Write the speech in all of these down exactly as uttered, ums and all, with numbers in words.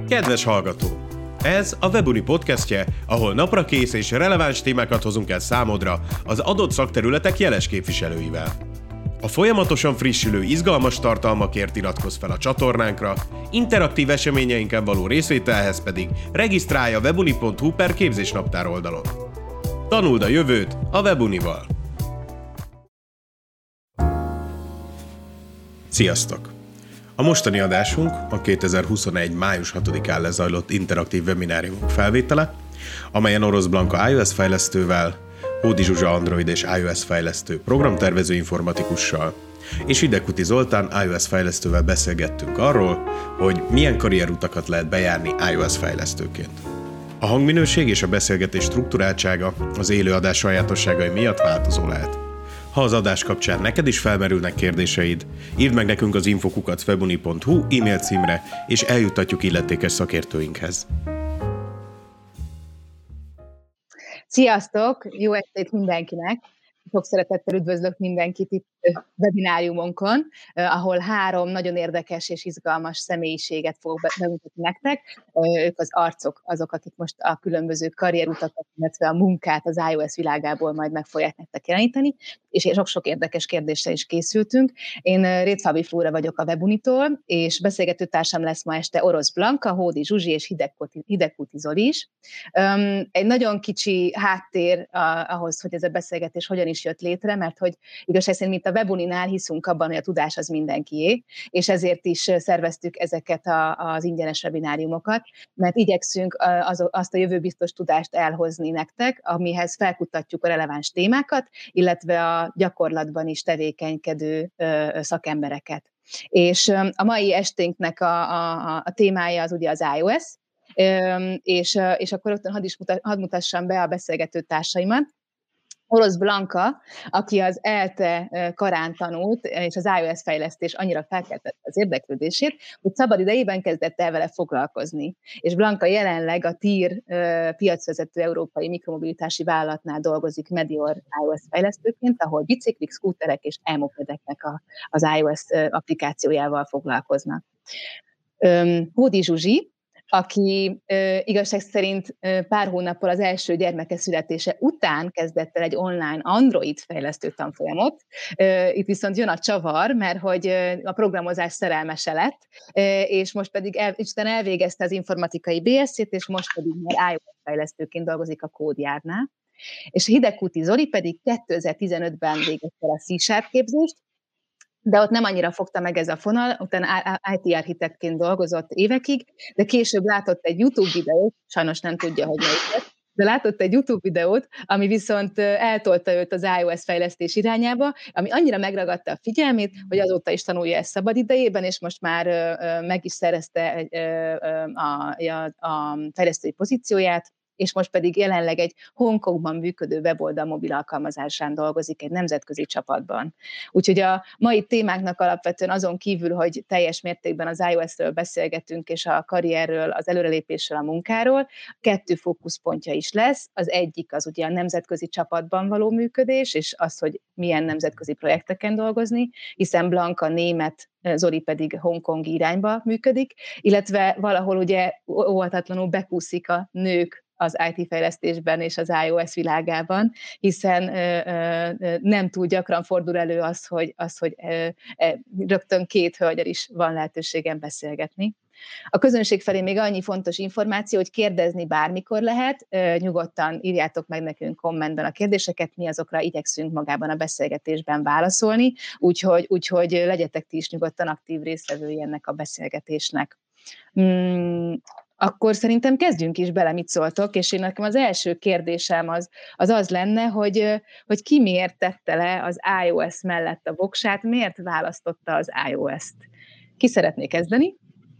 Kedves hallgató! Ez a Webuni podcastje, ahol naprakész és releváns témákat hozunk el számodra az adott szakterületek jeles képviselőivel. A folyamatosan frissülő, izgalmas tartalmakért iratkozz fel a csatornánkra, interaktív eseményeinken való részvételhez pedig regisztrálj a webuni pont hu per képzésnaptár oldalon. Tanuld a jövőt a Webunival! Sziasztok! A mostani adásunk a kétezer-huszonegy. május hatodikán lezajlott interaktív webináriumunk felvétele, amelyen Orosz Blanka iOS fejlesztővel, Hódi Zsuzsa Android és iOS fejlesztő programtervező informatikussal, és Hidegkuti Zoltán iOS fejlesztővel beszélgettünk arról, hogy milyen karrierutakat lehet bejárni iOS fejlesztőként. A hangminőség és a beszélgetés strukturáltsága az élő adás sajátosságai miatt változó lehet. Ha az adás kapcsán neked is felmerülnek kérdéseid, írd meg nekünk az info kukac webuni pont hu e-mail címre, és eljuttatjuk illetékes szakértőinkhez. Sziasztok! Jó estét mindenkinek! Sok szeretettel üdvözlök mindenkit itt webináriumunkon, ahol három nagyon érdekes és izgalmas személyiséget fogok bemutatni nektek. Ők az arcok, azok, akik most a különböző karrierutakat, illetve a munkát az iOS világából majd meg fogják nektek jeleníteni, és sok-sok érdekes kérdéssel is készültünk. Én Réth Fabi Flóra vagyok a Webunitól, és beszélgető társam lesz ma este Orosz Blanka, Hódi Zsuzsi és Hidegkuti, Hidegkuti Zoli is. Egy nagyon kicsi háttér ahhoz, hogy ez a beszélgetés hogyan is jött létre, mert hogy igazság szerint, mint a Webuninál hiszünk abban, hogy a tudás az mindenkié, és ezért is szerveztük ezeket a, az ingyenes webináriumokat, mert igyekszünk az, azt a jövőbiztos tudást elhozni nektek, amihez felkutatjuk a releváns témákat, illetve a gyakorlatban is tevékenykedő szakembereket. És a mai esténknek a, a, a témája az ugye az iOS, és, és akkor ott hadd, is mutat, hadd mutassam be a beszélgető társaimat. Orosz Blanka, aki az ELTE karán tanult, és az iOS fejlesztés annyira felkeltette az érdeklődését, hogy szabad idejében kezdett el vele foglalkozni. És Blanka jelenleg a TIR piacvezető európai mikromobilitási vállalatnál dolgozik Medior iOS fejlesztőként, ahol biciklik, szkúterek és e-mopedeknek az iOS applikációjával foglalkoznak. Hódi Zsuzsi, aki ö, igazság szerint ö, pár hónappal az első gyermeke születése után kezdett el egy online Android fejlesztő tanfolyamot. Ö, itt viszont jön a csavar, mert hogy ö, a programozás szerelmese lett, ö, és most pedig el, Isten elvégezte az informatikai bé es cét, és most pedig már iOS fejlesztőként dolgozik a Kódjárnál. És Hidegkuti Zoli pedig kétezer-tizenötben végezte el a C-Sharp képzést, de ott nem annyira fogta meg ez a fonal, utána i té architektként dolgozott évekig, de később látott egy YouTube videót, sajnos nem tudja, hogy melyiket, de látott egy YouTube videót, ami viszont eltolta őt az iOS fejlesztés irányába, ami annyira megragadta a figyelmét, hogy azóta is tanulja ezt szabad idejében, és most már meg is szerezte a, a, a fejlesztői pozícióját, és most pedig jelenleg egy Hongkongban működő weboldal mobil alkalmazásán dolgozik egy nemzetközi csapatban. Úgyhogy a mai témáknak alapvetően azon kívül, hogy teljes mértékben az iOS-ről beszélgetünk, és a karrierről, az előrelépésről, a munkáról, kettő fókuszpontja is lesz. Az egyik az ugye a nemzetközi csapatban való működés, és az, hogy milyen nemzetközi projekteken dolgozni, hiszen Blanka német, Zoli pedig hongkongi irányba működik, illetve valahol ugye óvatatlanul bekúszik a nők az i té fejlesztésben és az iOS világában, hiszen ö, ö, nem túl gyakran fordul elő az, hogy, az, hogy ö, ö, rögtön két hölgyel is van lehetőségem beszélgetni. A közönség felé még annyi fontos információ, hogy kérdezni bármikor lehet, ö, nyugodtan írjátok meg nekünk kommentben a kérdéseket, mi azokra igyekszünk magában a beszélgetésben válaszolni, úgyhogy, úgyhogy legyetek ti is nyugodtan aktív résztvevői ennek a beszélgetésnek. Hmm. Akkor szerintem kezdjünk is bele, mit szóltok, és én nekem az első kérdésem az az, az lenne, hogy, hogy ki miért tette le az iOS mellett a voksát, miért választotta az iOS-t? Ki szeretné kezdeni?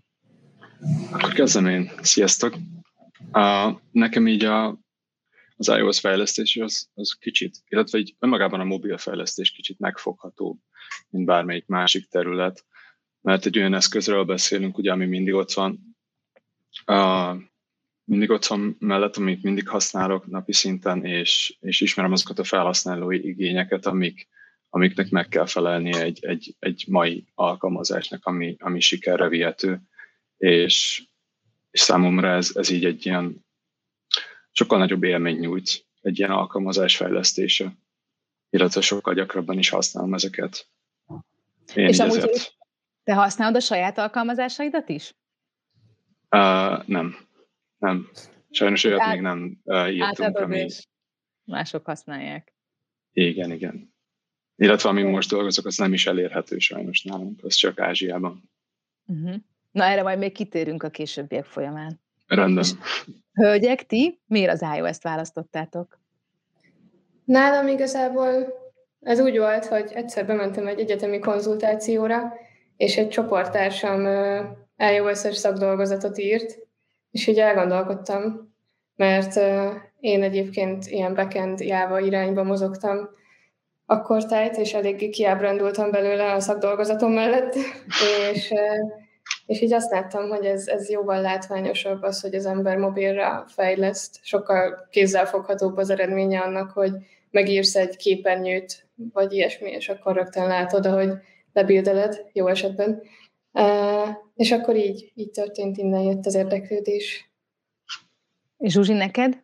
Akkor kezdem én. Sziasztok! Uh, nekem így a, az iOS fejlesztés az, az kicsit, illetve így önmagában a mobil fejlesztés kicsit megfoghatóbb, mint bármelyik másik terület, mert egy olyan eszközről beszélünk, ugye, ami mindig ott van, Uh, mindig otthon mellett, amit mindig használok napi szinten, és, és ismerem azokat a felhasználói igényeket, amik, amiknek meg kell felelnie egy, egy, egy mai alkalmazásnak, ami, ami sikerre vihető. És, és számomra ez, ez így egy ilyen sokkal nagyobb élmény nyújt, egy ilyen alkalmazás fejlesztése, illetve sokkal gyakrabban is használom ezeket. Én és így amúgy ezért... te használod a saját alkalmazásaidat is? Uh, nem, nem. Sajnos olyat át, még nem uh, írtunk, ami... Mások használják. Igen, igen. Illetve amin most dolgozok, az nem is elérhető sajnos nálunk, az csak Ázsiában. Uh-huh. Na, erre majd még kitérünk a későbbiek folyamán. Rendben. Hölgyek, ti miért az iOS-t választottátok? Nálam igazából ez úgy volt, hogy egyszer bementem egy egyetemi konzultációra, és egy csoporttársam iOS-es szakdolgozatot írt, és így elgondolkodtam, mert én egyébként ilyen backend Java irányba mozogtam akkor tájt, és eléggé kiábrándultam belőle a szakdolgozatom mellett, és, és így azt láttam, hogy ez, ez jóval látványosabb az, hogy az ember mobilra fejleszt, sokkal kézzelfoghatóbb az eredménye annak, hogy megírsz egy képernyőt, vagy ilyesmi, és akkor rögtön látod, ahogy lebildeled, jó esetben. Uh, és akkor így, így történt, innen jött az érdeklődés. És Zsuzsi, neked?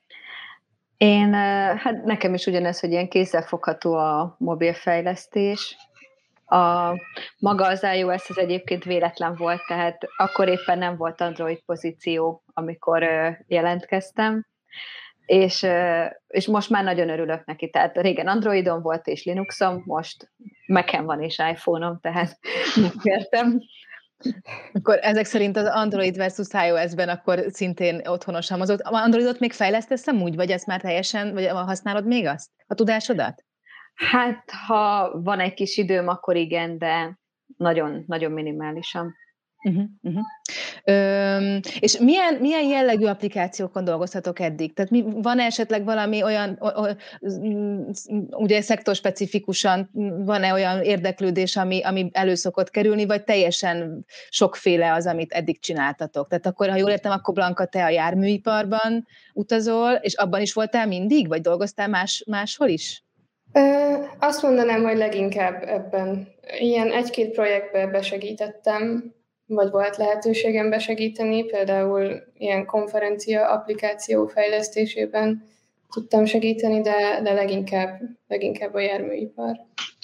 Én, hát nekem is ugyanez, hogy ilyen kézzelfogható a mobilfejlesztés. A, maga az iOS az egyébként véletlen volt, tehát akkor éppen nem volt Android pozíció, amikor jelentkeztem, és, és most már nagyon örülök neki. Tehát régen Androidon volt és Linuxom, most Mac-en van és iPhone-om, tehát megkértem. Akkor ezek szerint az Android versus iOS-ben akkor szintén otthonosan mozott. Androidot még fejlesztesz amúgy, vagy ezt már teljesen, vagy használod még azt, a tudásodat? Hát, ha van egy kis időm, akkor igen, de nagyon, nagyon minimálisan. Uh-huh, uh-huh. Ö, és milyen, milyen jellegű applikációkon dolgoztatok eddig? Tehát mi, van esetleg valami olyan, o, o, ugye szektorspecifikusan van-e olyan érdeklődés, ami, ami elő szokott kerülni, vagy teljesen sokféle az, amit eddig csináltatok? Tehát akkor, ha jól értem, akkor Blanka, te a járműiparban utazol, és abban is voltál mindig, vagy dolgoztál más, máshol is? Ö, azt mondanám, hogy leginkább ebben. Ilyen egy-két projektbe besegítettem, vagy volt lehetőségem besegíteni, például ilyen konferencia applikáció fejlesztésében tudtam segíteni, de, de leginkább, leginkább a járműipar.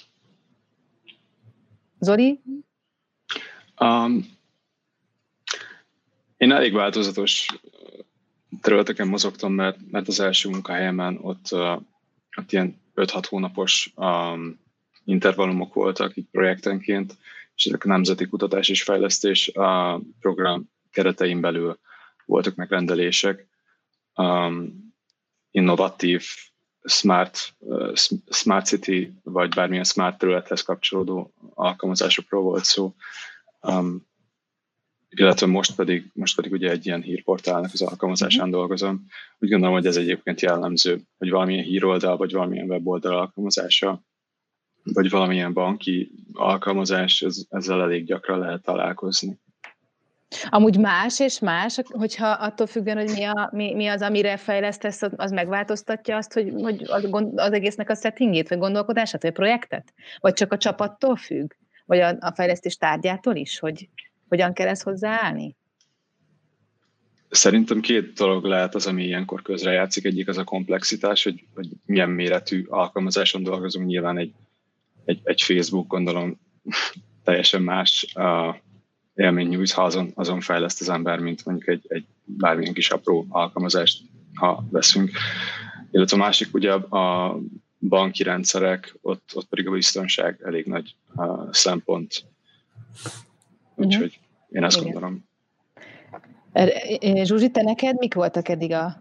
Zoli? Um, én elég változatos területeken mozogtam, mert, mert az első munkahelyemen ott, uh, ott ilyen öt-hat hónapos um, intervallumok voltak így projektenként, és ezek a Nemzeti Kutatás és Fejlesztés a program keretein belül voltak megrendelések. Um, innovatív, smart, uh, smart city, vagy bármilyen smart területhez kapcsolódó alkalmazásokról volt szó. Um, illetve most pedig, most pedig ugye egy ilyen hírportálnak az alkalmazásán dolgozom. Úgy gondolom, hogy ez egyébként jellemző, hogy valamilyen híroldal, vagy valamilyen weboldal alkalmazása, vagy valamilyen banki alkalmazás, ez, ezzel elég gyakran lehet találkozni. Amúgy más és más, hogyha attól függően, hogy mi, a, mi, mi az, amire fejlesztesz, az megváltoztatja azt, hogy, hogy az, az egésznek a settingét, vagy gondolkodását, vagy a projektet? Vagy csak a csapattól függ? Vagy a, a fejlesztés tárgyától is, hogy hogyan kell ezt hozzáállni? Szerintem két dolog lehet az, ami ilyenkor közrejátszik. Egyik az a komplexitás, hogy, hogy milyen méretű alkalmazáson dolgozunk. Nyilván egy, egy, egy Facebook, gondolom, teljesen más uh, élmény nyújt, ha azon, azon fejleszt az ember, mint mondjuk egy, egy bármilyen kis apró alkalmazást, ha veszünk. Illetve a másik ugye a banki rendszerek, ott, ott pedig a biztonság elég nagy uh, szempont. Úgyhogy én ezt gondolom. Zsuzsi, te neked mik voltak eddig a...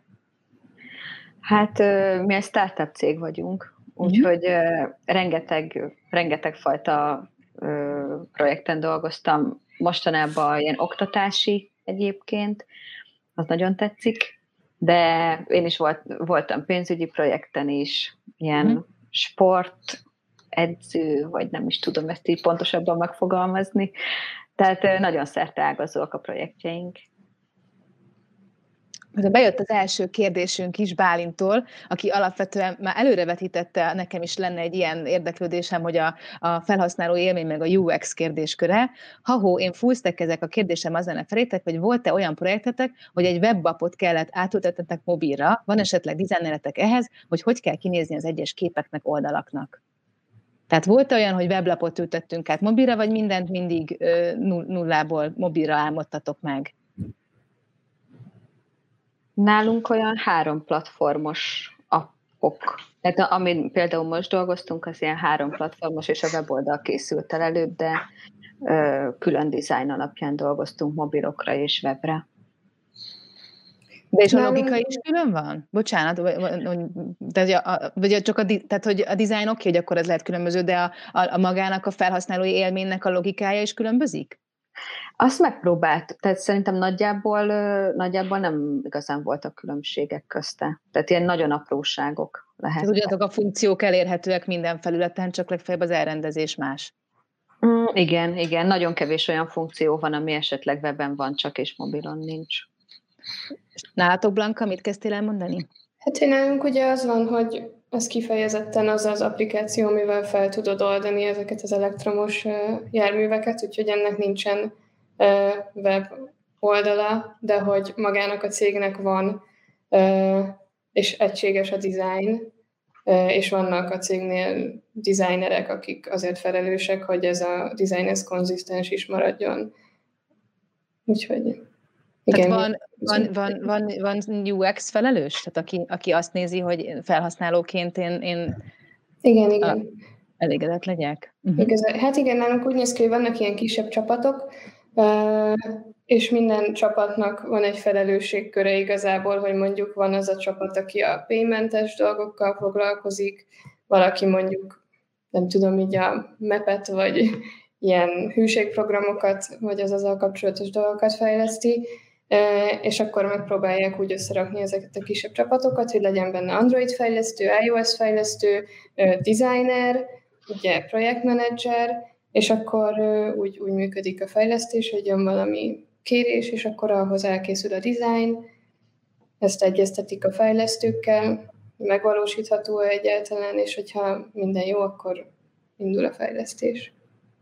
Hát mi egy startup cég vagyunk, úgyhogy uh-huh. rengeteg, rengeteg fajta projekten dolgoztam. Mostanában ilyen oktatási egyébként, az nagyon tetszik, de én is volt, voltam pénzügyi projekten is, ilyen uh-huh. sport, edző, vagy nem is tudom ezt így pontosabban megfogalmazni. Tehát nagyon szerteágazóak a projektjeink. Bejött az első kérdésünk is Bálintól, aki alapvetően már előrevetítette, nekem is lenne egy ilyen érdeklődésem, hogy a, a felhasználó élmény meg a u iksz kérdésköre. Ha-hó, én fullstackezek, a kérdésem az lenne felétek, hogy volt-e olyan projektetek, hogy egy webappot kellett átültetnetek mobilra, van esetleg dizájneretek ehhez, hogy hogy kell kinézni az egyes képeknek, oldalaknak? Tehát volt olyan, hogy weblapot ültettünk át mobilra, vagy mindent mindig nullából mobilra álmodtatok meg? Nálunk olyan három platformos appok. Tehát amin például most dolgoztunk, az ilyen három platformos, és a weboldal készült el előbb, de ö, külön dizájn alapján dolgoztunk mobilokra és webre. De és a logika is külön van? Bocsánat, vagy, a, vagy csak a, tehát, hogy a dizájn oké, hogy akkor ez lehet különböző, de a, a, a magának, a felhasználói élménynek a logikája is különbözik? Azt megpróbált, tehát szerintem nagyjából, nagyjából nem igazán voltak különbségek közte. Tehát ilyen nagyon apróságok lehetnek. Tehát ugyanatok a funkciók elérhetőek minden felületen, csak legfeljebb az elrendezés más. Mm, igen, igen. Nagyon kevés olyan funkció van, ami esetleg webben van, csak és mobilon nincs. Nálatok, Blanka, mit kezdtél elmondani? Hát én nálunk ugye az van, hogy ez kifejezetten az az applikáció, amivel fel tudod oldani ezeket az elektromos járműveket, úgyhogy ennek nincsen web oldala, de hogy magának a cégnek van, és egységes a design, és vannak a cégnél designerek, akik azért felelősek, hogy ez a design ez konzisztens is maradjon. Úgyhogy... Igen, van, van, van, van, van u iksz felelős? Tehát aki, aki azt nézi, hogy felhasználóként én, én igen, igen. elégedett legyek? Uh-huh. Igaz, hát igen, nálunk úgy néz ki, hogy vannak ilyen kisebb csapatok, és minden csapatnak van egy felelősségköre igazából, hogy mondjuk van az a csapat, aki a paymentes dolgokkal foglalkozik, valaki mondjuk, nem tudom, így a mapet, vagy ilyen hűségprogramokat, vagy az azzal kapcsolatos dolgokat fejleszti, és akkor megpróbálják úgy összerakni ezeket a kisebb csapatokat, hogy legyen benne Android fejlesztő, iOS fejlesztő, designer, ugye projektmenedzser, és akkor úgy, úgy működik a fejlesztés, hogy jön valami kérés, és akkor ahhoz elkészül a design, ezt egyeztetik a fejlesztőkkel, megvalósítható egyáltalán, és hogyha minden jó, akkor indul a fejlesztés.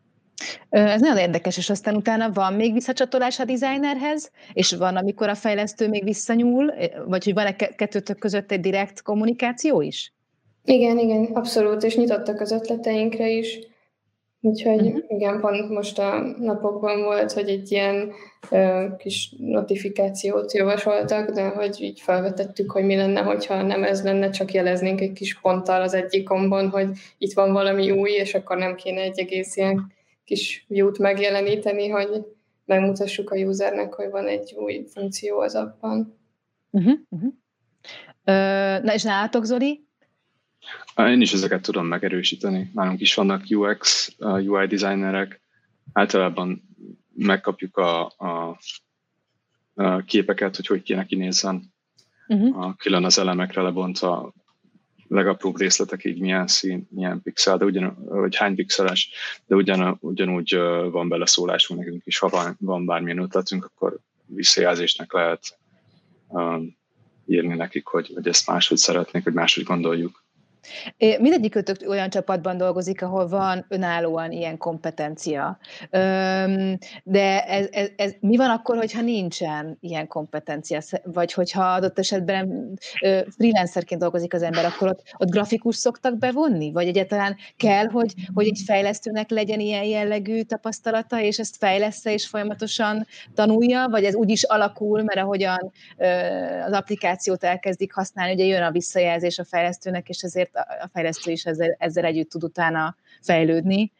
Ez nagyon érdekes, és aztán utána van még visszacsatolás a designerhez, és van, amikor a fejlesztő még visszanyúl, vagy hogy van-e kettőtök között egy direkt kommunikáció is? Igen, igen, abszolút, és nyitottak az ötleteinkre is. Úgyhogy uh-huh. igen, pont most a napokban volt, hogy egy ilyen ö, kis notifikációt javasoltak, de hogy így felvetettük, hogy mi lenne, hogyha nem ez lenne, csak jeleznénk egy kis ponttal az egyik gombon, hogy itt van valami új, és akkor nem kéne egy egész ilyen kis view-t megjeleníteni, hogy megmutassuk a usernek, hogy van egy új funkció az appban. Uh-huh, uh-huh. Ö, na és nálatok, Zoli? Én is ezeket tudom megerősíteni. Nálunk is vannak u iksz, u i designerek. Általában megkapjuk a, a, a képeket, hogy hogy kéne kinézzen. Uh-huh. A, külön az elemekre lebontva, legapróbb részletekig milyen szín, milyen pixel, de ugyan, vagy hány pixeles, de ugyan, ugyanúgy van beleszólásunk nekünk is, ha van, van bármilyen ötletünk, akkor visszajelzésnek lehet um, írni nekik, hogy, hogy ezt máshogy szeretnék, hogy máshogy gondoljuk. Mindegyikőtök olyan csapatban dolgozik, ahol van önállóan ilyen kompetencia. De ez, ez, ez, mi van akkor, hogyha nincsen ilyen kompetencia? Vagy hogyha adott esetben freelancerként dolgozik az ember, akkor ott, ott grafikus szoktak bevonni? Vagy egyáltalán kell, hogy, hogy egy fejlesztőnek legyen ilyen jellegű tapasztalata, és ezt fejlessze és folyamatosan tanulja? Vagy ez úgy is alakul, mert ahogyan az applikációt elkezdik használni, ugye jön a visszajelzés a fejlesztőnek, és ezért a fejlesztő is ezzel, ezzel együtt tud utána fejlődni.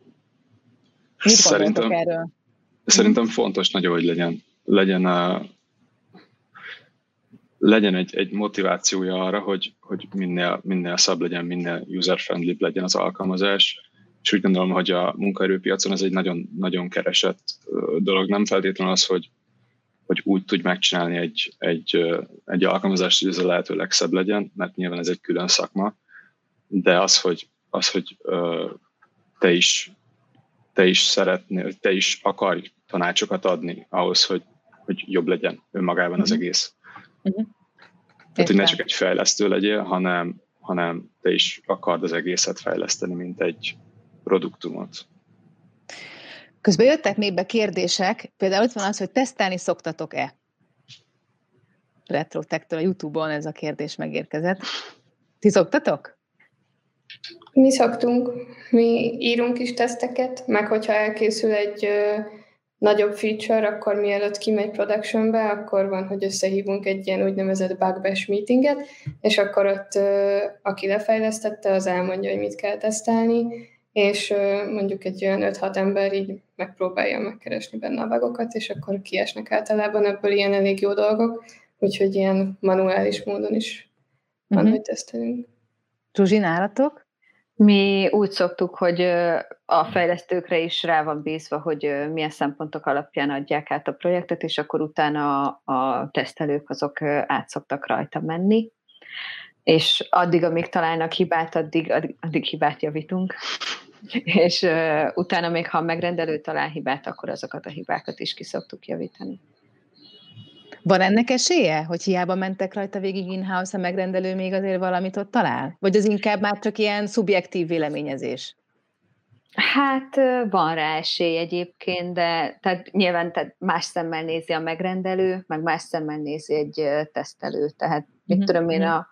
Mit gondoltok erről? Szerintem fontos nagyon, hogy legyen, legyen, a, legyen egy, egy motivációja arra, hogy, hogy minél, minél szebb legyen, minél user-friendly legyen az alkalmazás. És úgy gondolom, hogy a munkaerőpiacon ez egy nagyon, nagyon keresett dolog. Nem feltétlenül az, hogy, hogy úgy tudj megcsinálni egy, egy, egy alkalmazást, hogy ez a lehető legszebb legyen, mert nyilván ez egy külön szakma, de az, hogy, az, hogy ö, te is, te is szeretnél, te is akarj tanácsokat adni ahhoz, hogy, hogy jobb legyen önmagában az egész. Uh-huh. Tehát, hogy ne csak egy fejlesztő legyél, hanem, hanem te is akard az egészet fejleszteni, mint egy produktumot. Közben jöttek még be kérdések, például ott van az, hogy tesztelni szoktatok-e? Retrotech-től a YouTube-on ez a kérdés megérkezett. Ti szoktatok? Mi szoktunk, mi írunk is teszteket, meg hogyha elkészül egy ö, nagyobb feature, akkor mielőtt kimegy productionbe, akkor van, hogy összehívunk egy ilyen úgynevezett bug bash meetinget, és akkor ott ö, aki lefejlesztette, az elmondja, hogy mit kell tesztelni, és ö, mondjuk egy olyan öt-hat ember így megpróbálja megkeresni benne a bugokat, és akkor kiesnek általában ebből ilyen elég jó dolgok, úgyhogy ilyen manuális módon is van, uh-huh. hogy tesztelünk. Zsuzsi, nálatok? Mi úgy szoktuk, hogy a fejlesztőkre is rá van bízva, hogy milyen szempontok alapján adják át a projektet, és akkor utána a tesztelők azok át szoktak rajta menni. És addig, amíg találnak hibát, addig, addig, addig hibát javítunk. És uh, utána még, ha a megrendelő talál hibát, akkor azokat a hibákat is ki szoktuk javítani. Van ennek esélye, hogy hiába mentek rajta végig in-house, a megrendelő még azért valamit ott talál? Vagy az inkább már csak ilyen szubjektív véleményezés? Hát van rá esély egyébként, de tehát nyilván tehát más szemmel nézi a megrendelő, meg más szemmel nézi egy tesztelő. Tehát mit uh-huh. tudom én, a,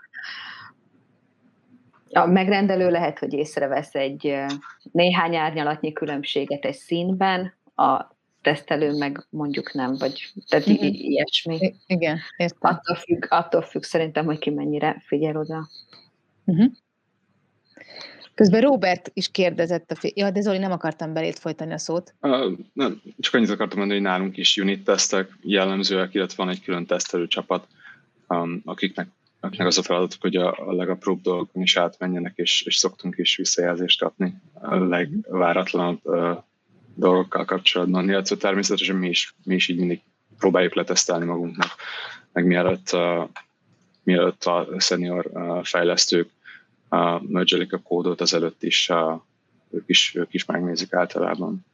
a megrendelő lehet, hogy észrevesz egy néhány árnyalatnyi különbséget egy színben, a tesztelő meg mondjuk nem, vagy tehát uh-huh. i- ilyesmi. I- igen, értem. Attól függ, attól függ szerintem, hogy ki mennyire figyel oda. Uh-huh. Közben Robert is kérdezett a fél... Ja, de Zoli, nem akartam beléd folytani a szót. Uh, nem, csak annyit akartam mondani, hogy nálunk is unit tesztek jellemzőek, illetve van egy külön tesztelő csapat, um, akiknek, akiknek az a feladatuk, hogy a, a legapróbb dolgokon is átmenjenek, és, és szoktunk is visszajelzést kapni a legváratlanabb uh, dolgokkal kapcsolatban, illetve természetesen mi is, mi is így mindig próbáljuk letesztelni magunknak, meg mielőtt, uh, mielőtt a senior uh, fejlesztők uh, merge-elik a kódot, azelőtt is, uh, ők is ők is megnézik általában.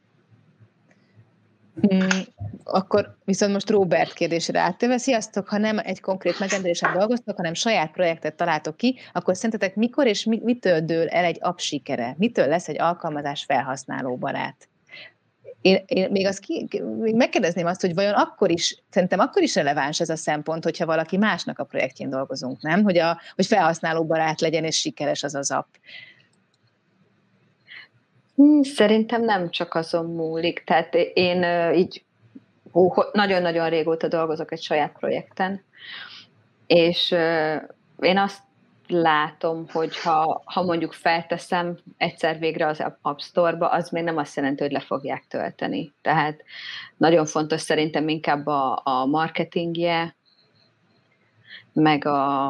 Hmm, akkor viszont most Robert kérdésére áttérve, sziasztok, ha nem egy konkrét megrendelésen dolgoztok, hanem saját projektet találtok ki, akkor szerintetek mikor és mi, mitől dől el egy app sikere? Mitől lesz egy alkalmazás felhasználóbarát? Én, én még, azt ki, még megkérdezném azt, hogy vajon akkor is, szerintem akkor is releváns ez a szempont, hogyha valaki másnak a projektjén dolgozunk, nem? Hogy, a, hogy felhasználóbarát legyen és sikeres az az app. Szerintem nem csak azon múlik. Tehát én így ó, nagyon-nagyon régóta dolgozok egy saját projekten, és én azt látom, hogy ha, ha mondjuk felteszem egyszer végre az App Store-ba, az még nem azt jelenti, hogy le fogják tölteni. Tehát nagyon fontos szerintem inkább a, a marketingje, meg a,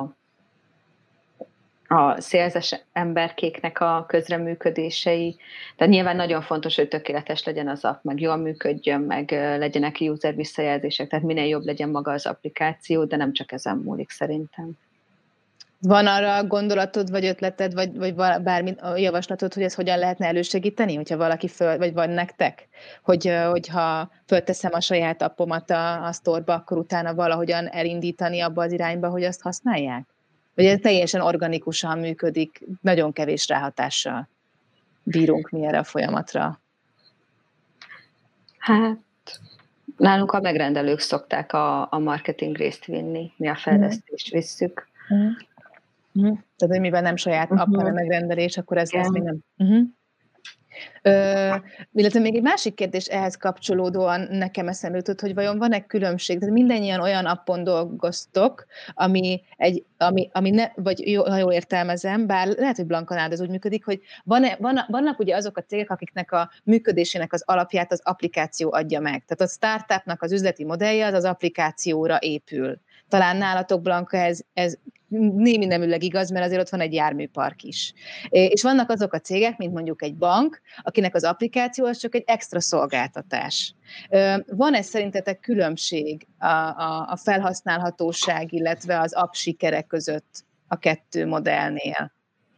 a szélzes emberkéknek a közreműködései. Tehát nyilván nagyon fontos, hogy tökéletes legyen az app, meg jól működjön, meg legyenek user visszajelzések, tehát minél jobb legyen maga az applikáció, de nem csak ezen múlik szerintem. Van arra gondolatod, vagy ötleted, vagy, vagy bármi javaslatod, hogy ezt hogyan lehetne elősegíteni, hogyha valaki föl, vagy van nektek? Hogy, hogyha fölteszem a saját appomat a, a sztorba, akkor utána valahogyan elindítani abba az irányba, hogy azt használják? Vagy ez teljesen organikusan működik, nagyon kevés ráhatással bírunk mi erre a folyamatra? Hát, nálunk a megrendelők szokták a, a marketing részt vinni, mi a fejlesztést visszük. Mm. Uh-huh. Tehát, hogy mivel nem saját app, uh-huh. hanem megrendelés, akkor ez, ez még nem... Uh-huh. Ö, illetve még egy másik kérdés ehhez kapcsolódóan nekem eszembe jutott, hogy vajon van-e különbség? Tehát mindannyian olyan appon dolgoztok, ami, egy, ami, ami ne, vagy jó, ha jól értelmezem, bár lehet, hogy Blanka ez úgy működik, hogy van-e, van, vannak ugye azok a cégek, akiknek a működésének az alapját az applikáció adja meg. Tehát a startupnak az üzleti modellje az az applikációra épül. Talán nálatok, Blanka, ez, ez némi neműleg igaz, mert azért ott van egy járműpark is. És vannak azok a cégek, mint mondjuk egy bank, akinek az applikáció az csak egy extra szolgáltatás. Van-e szerintetek különbség a, a, a felhasználhatóság, illetve az app sikere között a kettő modellnél?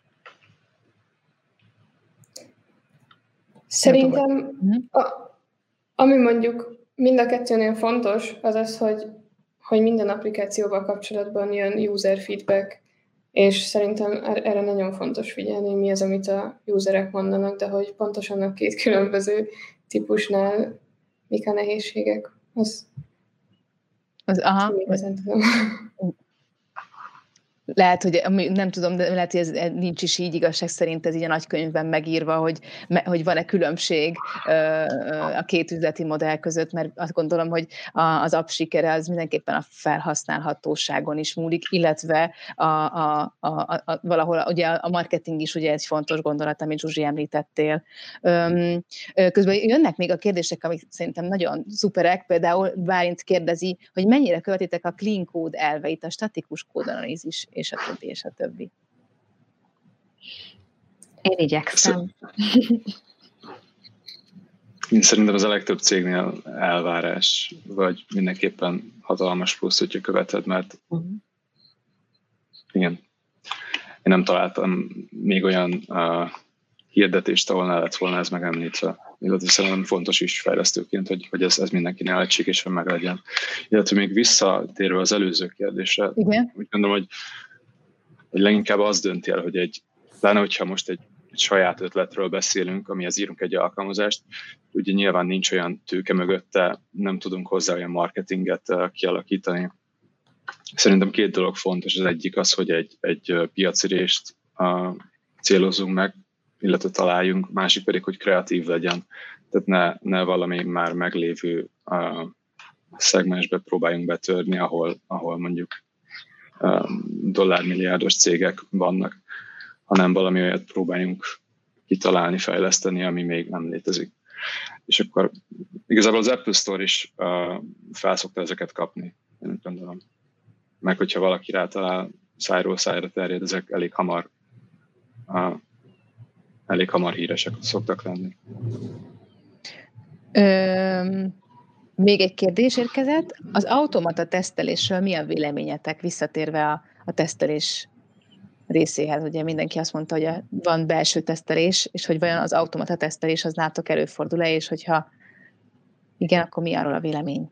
Szerintem, a, ami mondjuk mind a kettőnél fontos, az az, hogy hogy minden applikációval kapcsolatban jön user feedback, és szerintem erre nagyon fontos figyelni, mi az, amit a userek mondanak, de hogy pontosan a két különböző típusnál mik a nehézségek, az, Az, aha. igazán tudom. Lehet, hogy nem tudom, de lehet, hogy ez nincs is így igazság szerint, ez így a nagykönyvben megírva, hogy, hogy van-e különbség a két üzleti modell között, mert azt gondolom, hogy az app sikere az mindenképpen a felhasználhatóságon is múlik, illetve a, a, a, a, valahol ugye a marketing is ugye egy fontos gondolat, amit Zsuzsi említettél. Közben jönnek még a kérdések, amik szerintem nagyon szuperek, például Bálint kérdezi, hogy mennyire követitek a clean code elveit, a statikus kódanalízis, és a többi, és a többi. Én igyekszem. Én szerintem az a legtöbb cégnél elvárás, vagy mindenképpen hatalmas plusz, hogyha követed, mert uh-huh. igen, én nem találtam még olyan uh, hirdetést, ahol ne lett volna ez megemlítve. Illetve szerintem fontos is fejlesztőként, hogy, hogy ez, ez mindenkinél egységesen meg legyen. Illetve még visszatérve az előző kérdésre, igen. Úgy gondolom, hogy, hogy leginkább az dönti el, hogy egy, pláne hogyha most egy, egy saját ötletről beszélünk, amihez írunk egy alkalmazást, ugye nyilván nincs olyan tőke mögötte, nem tudunk hozzá olyan marketinget uh, kialakítani. Szerintem két dolog fontos. Az egyik az, hogy egy, egy piaci részt uh, célozunk meg, illetve találjunk, másik pedig, hogy kreatív legyen. Tehát ne, ne valami már meglévő uh, szegmensbe próbáljunk betörni, ahol, ahol mondjuk uh, dollármilliárdos cégek vannak, hanem valami olyat próbáljunk kitalálni, fejleszteni, ami még nem létezik. És akkor igazából az Apple Store is uh, felszokta ezeket kapni, én gondolom. Meg hogyha valaki rátalál, szájról szájra terjed, ezek elég hamar uh, elég hamar híresek szoktak lenni. Ö, még egy kérdés érkezett. Az automata tesztelésről mi a véleményetek, visszatérve a, a tesztelés részéhez? Ugye mindenki azt mondta, hogy a, van belső tesztelés, és hogy vajon az automata tesztelés az nálatok előfordul-e, és hogyha igen, akkor mi arról a vélemény?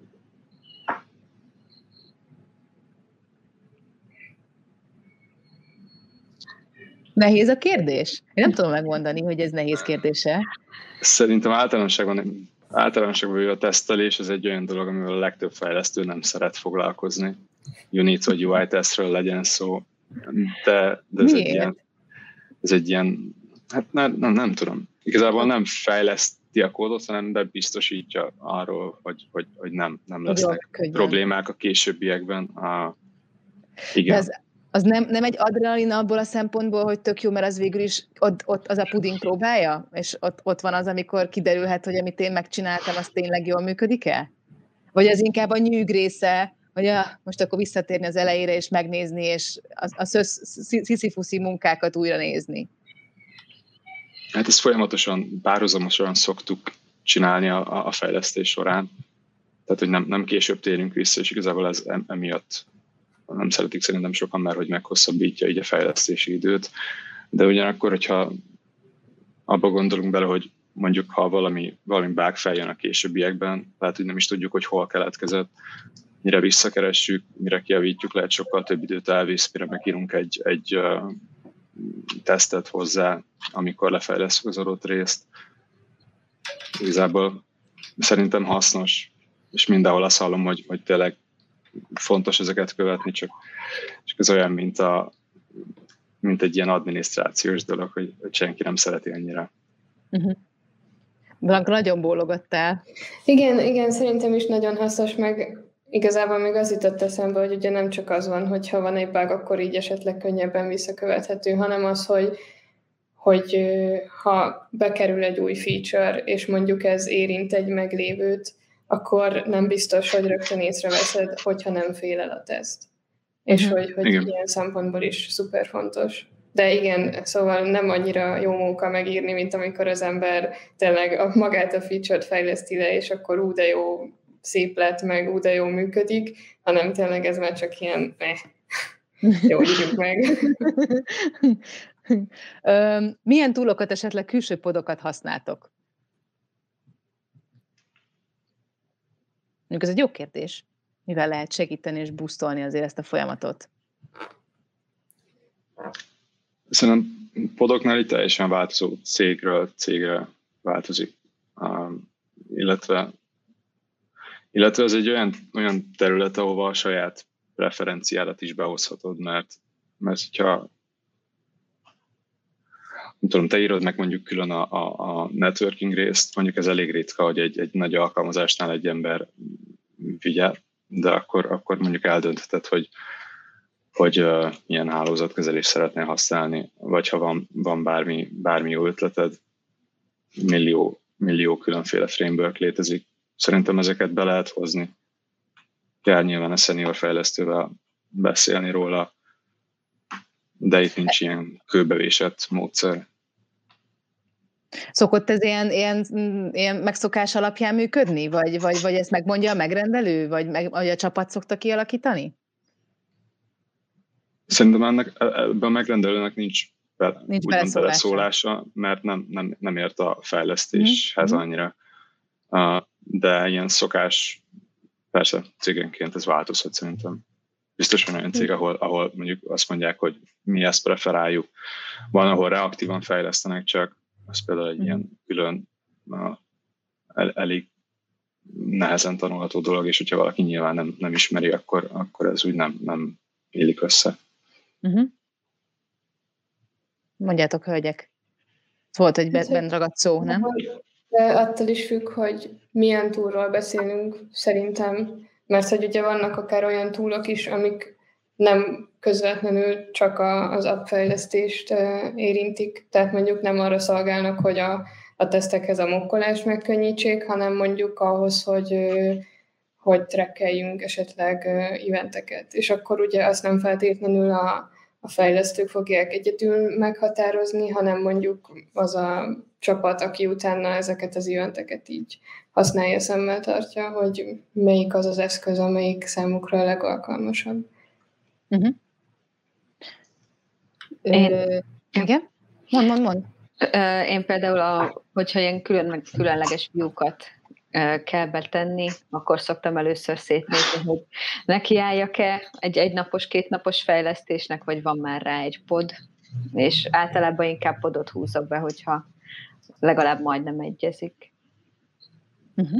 Nehéz a kérdés? Én nem tudom megmondani, hogy ez nehéz kérdése. Szerintem általánosságban, általánosságban a tesztelés az egy olyan dolog, amivel a legtöbb fejlesztő nem szeret foglalkozni. Unit vagy u i tesztről legyen szó. De, de ez, egy ilyen, ez egy ilyen, hát nem, nem, nem tudom. Igazából nem fejleszti a kódot, hanem bebiztosítja arról, hogy, hogy, hogy nem, nem lesznek Jó, problémák a későbbiekben. A, igen. Ez, az nem, nem egy adrenalin abból a szempontból, hogy tök jó, mert az végül is ott, ott az a puding próbálja, és ott, ott van az, amikor kiderülhet, hogy amit én megcsináltam, az tényleg jól működik-e? Vagy az inkább a nyűg része, hogy ah, most akkor visszatérni az elejére, és megnézni, és a, a sziszifuszi munkákat újra nézni? Hát ezt folyamatosan, párhuzamosan szoktuk csinálni a, a fejlesztés során. Tehát, hogy nem, nem később térünk vissza, és igazából ez emiatt nem szeretik szerintem sokan már, hogy meghosszabbítja így a fejlesztési időt. De ugyanakkor, hogyha abba gondolunk bele, hogy mondjuk, ha valami, valami bug feljön a későbbiekben, lehet, hogy nem is tudjuk, hogy hol keletkezett, mire visszakeressük, mire kijavítjuk, lehet sokkal több időt elvisz, mire megírunk egy, egy uh, tesztet hozzá, amikor lefejlesztjük az adott részt. Igazából szerintem hasznos, és mindenhol azt hallom, hogy, hogy tényleg fontos ezeket követni, csak, csak ez olyan, mint, a, mint egy ilyen adminisztrációs dolog, hogy, hogy senki nem szereti annyira. Uh-huh. Blanka, nagyon bólogattál. Igen, igen, szerintem is nagyon hasznos, meg igazából még az jutott eszembe, hogy ugye nem csak az van, hogy ha van egy bug, akkor így esetleg könnyebben visszakövethető, hanem az, hogy, hogy ha bekerül egy új feature, és mondjuk ez érint egy meglévőt, akkor nem biztos, hogy rögtön észreveszed, hogyha nem fél el a teszt. És uh-huh. hogy, hogy ilyen szempontból is szuper fontos. De igen, szóval nem annyira jó munka megírni, mint amikor az ember tényleg a, magát a feature-t fejleszti le, és akkor ú, de jó, szép lett, meg ú, de jó működik, hanem tényleg ez már csak ilyen, eh, jó, írjuk meg. Milyen túlokat, esetleg külső podokat használtok? Mondjuk ez egy jó kérdés. mivel lehet segíteni és boostolni azért ezt a folyamatot? Szerintem podoknál itt teljesen változó cégről cégre változik, um, illetve, illetve ez egy olyan, olyan terület, ahova a saját preferenciádat is behozhatod, mert, mert hogyha nem tudom, te írod meg mondjuk külön a, a, a networking részt, mondjuk ez elég ritka, hogy egy, egy nagy alkalmazásnál egy ember vigye, de akkor, akkor mondjuk eldöntheted, hogy hogy uh, milyen hálózatkezelést szeretnél használni, vagy ha van, van bármi, bármi jó ötleted, millió, millió különféle framework létezik. Szerintem ezeket be lehet hozni. Kell nyilván a senior fejlesztővel beszélni róla, de itt nincs ilyen kőbevésett módszer. Szokott ez ilyen, ilyen, ilyen megszokás alapján működni? Vagy, vagy, vagy ezt megmondja a megrendelő? Vagy, meg, vagy a csapat szokta kialakítani? Szerintem ennek, ebben a megrendelőnek nincs, be, nincs úgymond beleszólása, mert nem, nem, nem ért a fejlesztéshez mm-hmm. annyira. Uh, de ilyen szokás, persze cégenként ez változhat szerintem. Biztos van olyan cég, ahol, ahol mondjuk azt mondják, hogy mi ezt preferáljuk. Van, ahol reaktívan fejlesztenek csak, az például egy mm. ilyen külön uh, el, elég nehezen tanulható dolog, és hogyha valaki nyilván nem, nem ismeri, akkor, akkor ez úgy nem, nem illik össze. Uh-huh. Mondjátok, hölgyek. Volt, hogy benn ragadt szó, nem? De attól is függ, hogy milyen túlról beszélünk, szerintem. Mert hogy ugye vannak akár olyan túlok is, amik nem közvetlenül csak a, az appfejlesztést érintik, tehát mondjuk nem arra szolgálnak, hogy a, a tesztekhez a mokkolást megkönnyítsék, hanem mondjuk ahhoz, hogy hogy trackeljünk esetleg eventeket. És akkor ugye azt nem feltétlenül a, a fejlesztők fogják egyedül meghatározni, hanem mondjuk az a csapat, aki utána ezeket az eventeket így használja, szemmel tartja, hogy melyik az az eszköz, amelyik számukra a legalkalmasabb. Uh-huh. Én... Ö, igen? Mond, mond, mond. Én például, a, hogyha ilyen külön, különleges view-kat kell betenni, akkor szoktam először szétnézni, hogy nekiálljak-e egy egynapos, kétnapos fejlesztésnek, vagy van már rá egy pod, és általában inkább podot húzok be, hogyha legalább majdnem egyezik. Uh-huh.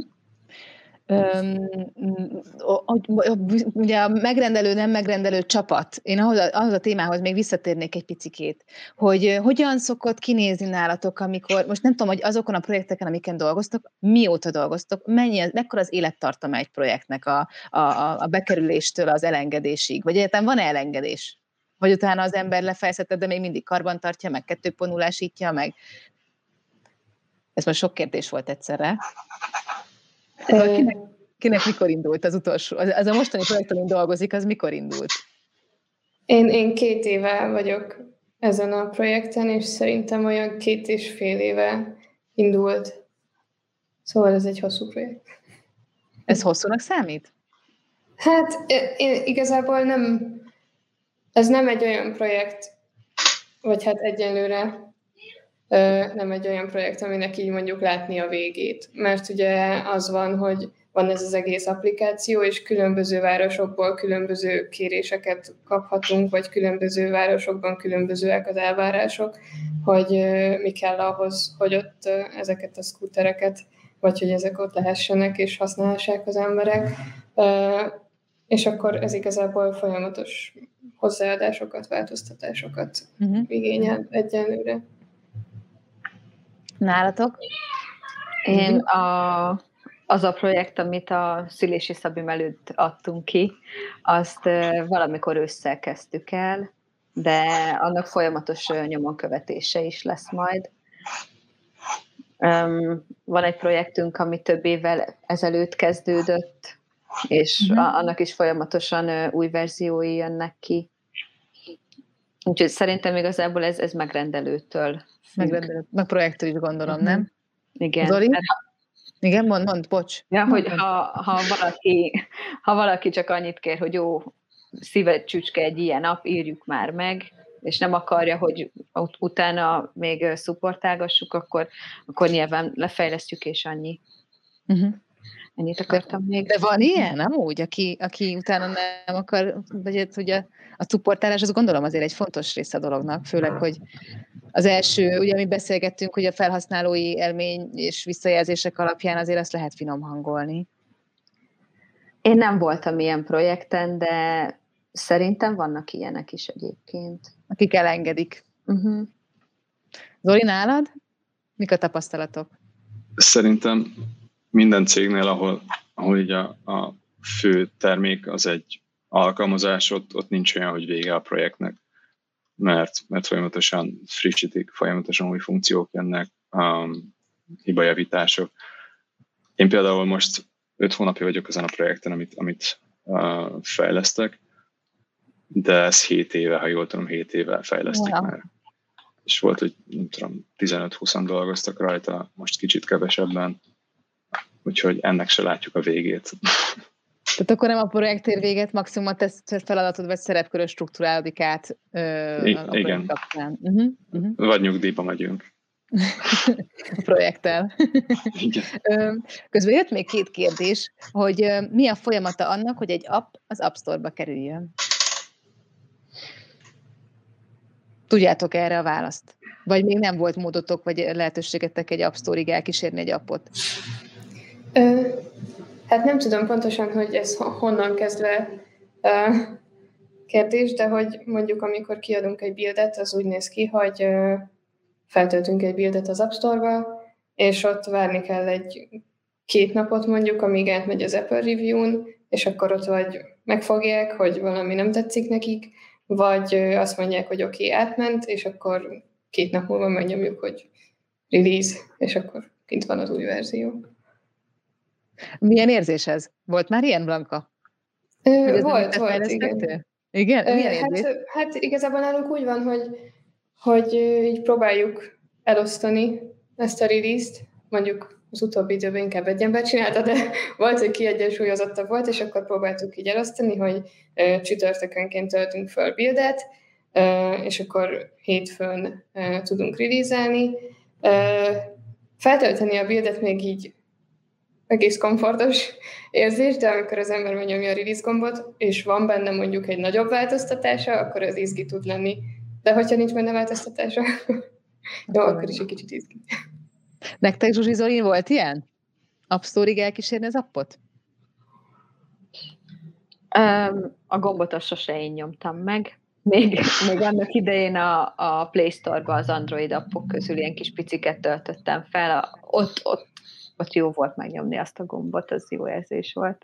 Um, ugye a megrendelő, nem megrendelő csapat. Én ahhoz a, ahhoz a témához még visszatérnék egy picikét, hogy hogyan szokott kinézni nálatok, amikor, most nem tudom, hogy azokon a projekteken, amiken dolgoztok, mióta dolgoztok, mennyi, mekkora az élettartama egy projektnek a, a, a bekerüléstől az elengedésig, vagy egyáltalán van-e elengedés? Vagy utána az ember lefejezheted, de még mindig karban tartja, meg kettőponulásítja, meg... Ez most sok kérdés volt egyszerre. Kinek, kinek mikor indult az utolsó? Az, az a mostani projekt, amin dolgozik, az mikor indult? Én, én két éve vagyok ezen a projekten, és szerintem olyan két és fél éve indult. Szóval ez egy hosszú projekt. Ez hosszúnak számít? Hát én igazából nem, ez nem egy olyan projekt, vagy hát egyenlőre nem egy olyan projekt, aminek így mondjuk látni a végét. Mert ugye az van, hogy van ez az egész applikáció, és különböző városokból különböző kéréseket kaphatunk, vagy különböző városokban különbözőek az elvárások, hogy mi kell ahhoz, hogy ott ezeket a szkútereket, vagy hogy ezek ott lehessenek és használhassák az emberek. És akkor ez igazából folyamatos hozzáadásokat, változtatásokat uh-huh. igényel egyenlőre. Nálatok? Én a, az a projekt, amit a szülési szabim előtt adtunk ki, azt valamikor ősszel kezdtük el, de annak folyamatos nyomon követése is lesz majd. Van egy projektünk, ami több évvel ezelőtt kezdődött, és uh-huh. annak is folyamatosan új verziói jönnek ki. Úgyhogy szerintem igazából ez, ez megrendelőtől. Megrendelő, meg projektől is gondolom, uh-huh. nem? Igen. Zoli? Igen, mond, mond, bocs. Ja, hogy ha, ha, valaki, ha valaki csak annyit kér, hogy jó, szíved csücske egy ilyen nap, írjuk már meg, és nem akarja, hogy ut- utána még szupportálgassuk, akkor, akkor nyilván lefejlesztjük, és annyi. Uh-huh. Ennyit akartam még. De van ilyen, amúgy, aki, aki utána nem akar, vagy hogy a, a supportálás, azt gondolom azért egy fontos része a dolognak, főleg, hogy az első, ugye mi beszélgettünk, hogy a felhasználói élmény és visszajelzések alapján azért azt lehet finom hangolni. Én nem voltam ilyen projekten, de szerintem vannak ilyenek is egyébként. Akik elengedik. Uh-huh. Zoli, nálad? Mik a tapasztalatok? Szerintem minden cégnél, ahol, ahol így a, a fő termék az egy alkalmazás, ott, ott nincs olyan, hogy vége a projektnek, mert, mert folyamatosan frissítik, folyamatosan új funkciók jönnek, um, hibajavítások. Én például most öt hónapja vagyok ezen a projekten, amit, amit uh, fejlesztek, de ez hét éve, ha jól tudom, hét éve fejlesztik wow. már. És volt, hogy nem tudom, tizenöt-húszan dolgoztak rajta, most kicsit kevesebben, úgyhogy ennek se látjuk a végét. Tehát akkor nem a projekt ér véget, maximum a te feladatod vagy szerepkörös struktúrálódik át ö, I- a igen. kapcsán. Uh-huh, uh-huh. Vagy nyugdíjba megyünk. A projekttel. Igen. Közben jött még két kérdés, hogy mi a folyamata annak, hogy egy app az App Store-ba kerüljön? Tudjátok erre a választ? Vagy még nem volt módotok, vagy lehetőségetek egy App Store-ig elkísérni egy appot? Ö, hát nem tudom pontosan, hogy ez honnan kezdve uh, kérdés, de hogy mondjuk amikor kiadunk egy buildet, az úgy néz ki, hogy uh, feltöltünk egy buildet az App Store-ba, és ott várni kell egy két napot mondjuk, amíg átmegy az Apple Review-n, és akkor ott vagy megfogják, hogy valami nem tetszik nekik, vagy azt mondják, hogy oké, okay, átment, és akkor két nap múlva megnyomjuk, hogy release, és akkor kint van az új verzió. Milyen érzés ez? Volt már ilyen, Blanka? Ö, volt, volt, igen. Igen? Ö, Milyen érzés? hát, hát igazából nálunk úgy van, hogy, hogy így próbáljuk elosztani ezt a release-t, mondjuk az utóbbi időben inkább egy ember csinálta, de volt, hogy kiegyensúlyozottabb volt, és akkor próbáltuk így elosztani, hogy uh, csütörtökönként töltünk föl buildet, uh, és akkor hétfőn uh, tudunk release-elni. Uh, feltölteni a buildet még így egész komfortos érzés, de amikor az ember megnyomja a release gombot, és van benne mondjuk egy nagyobb változtatása, akkor az izgi tud lenni. De hogyha nincs benne változtatása, jó, akkor is egy kicsit izgi. Nektek, Zsuzsi, Zoli, volt ilyen? App Store-ig elkísérni az appot? Um, a gombot azt sose én nyomtam meg. Még, még annak idején a, a Play Store-ba az Android appok közül ilyen kis piciket töltöttem fel. A, ott, ott, ott jó volt megnyomni azt a gombot, az jó érzés volt.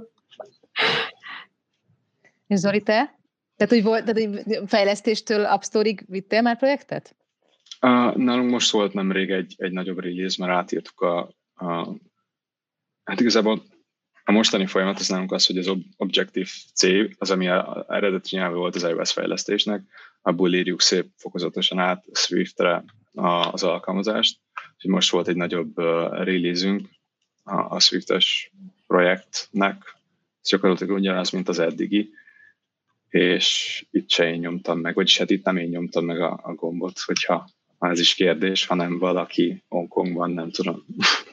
És Zoli, te? Tehát, hogy volt, tehát, hogy fejlesztéstől App Store-ig vittél már projektet? Uh, nálunk most volt nemrég egy, egy nagyobb release, mert átírtuk a, a... Hát igazából a mostani folyamat az nálunk az, hogy az Objective-C, az ami a eredeti nyelve volt az iOS fejlesztésnek, abból írjuk szép fokozatosan át Swift-re az alkalmazást. Úgyhogy most volt egy nagyobb uh, release-ünk a, a Swift-es projektnek, ez gyakorlatilag ugyanaz, mint az eddigi, és itt se én nyomtam meg, vagyis hát itt nem én nyomtam meg a, a gombot, hogyha ez is kérdés, hanem valaki Hongkongban, nem tudom.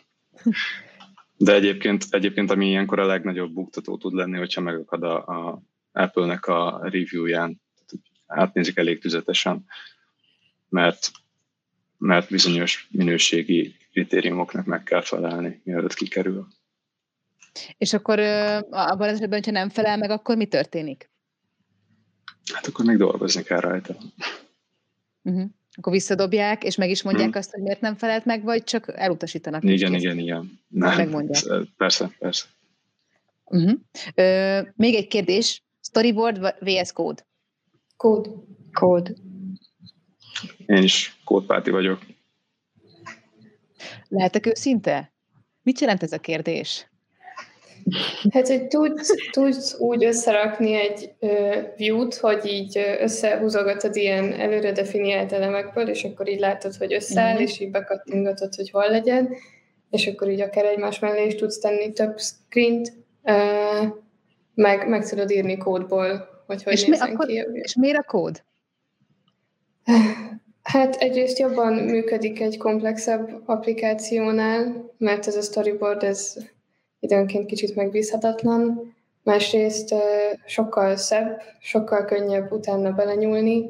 De egyébként, egyébként ami ilyenkor a legnagyobb buktató tud lenni, hogyha megakad a, a Apple-nek a review-ján. Átnézik elég tüzetesen, mert, mert bizonyos minőségi kritériumoknak meg kell felelni, mielőtt kikerül. És akkor abban az esetben, hogyha nem felel meg, akkor mi történik? Hát akkor még dolgozni kell rajta. Uh-huh. Akkor visszadobják, és meg is mondják hmm. azt, hogy miért nem felelt meg, vagy csak elutasítanak? Igen, igen, igen. Nem, megmondják. Persze, persze. Uh-huh. Ö, még egy kérdés. Storyboard versus kód? Kód. Kód. Én is kódpárti vagyok. Lehetek őszinte? Mit jelent ez a kérdés? Hát, hogy tudsz, tudsz úgy összerakni egy uh, view-t, hogy így összehúzogatod ilyen előre definiált elemekből, és akkor így látod, hogy összeáll, mm-hmm. és így bekattingatod, hogy hol legyen, és akkor így akár egymás mellé is tudsz tenni több screent, uh, meg, meg tudod írni kódból, hogy hogy és nézzen mi, akkor, ki. És miért a kód? Hát egyrészt jobban működik egy komplexebb applikációnál, mert ez a storyboard, ez időnként kicsit megbízhatatlan, másrészt sokkal szebb, sokkal könnyebb utána belenyúlni,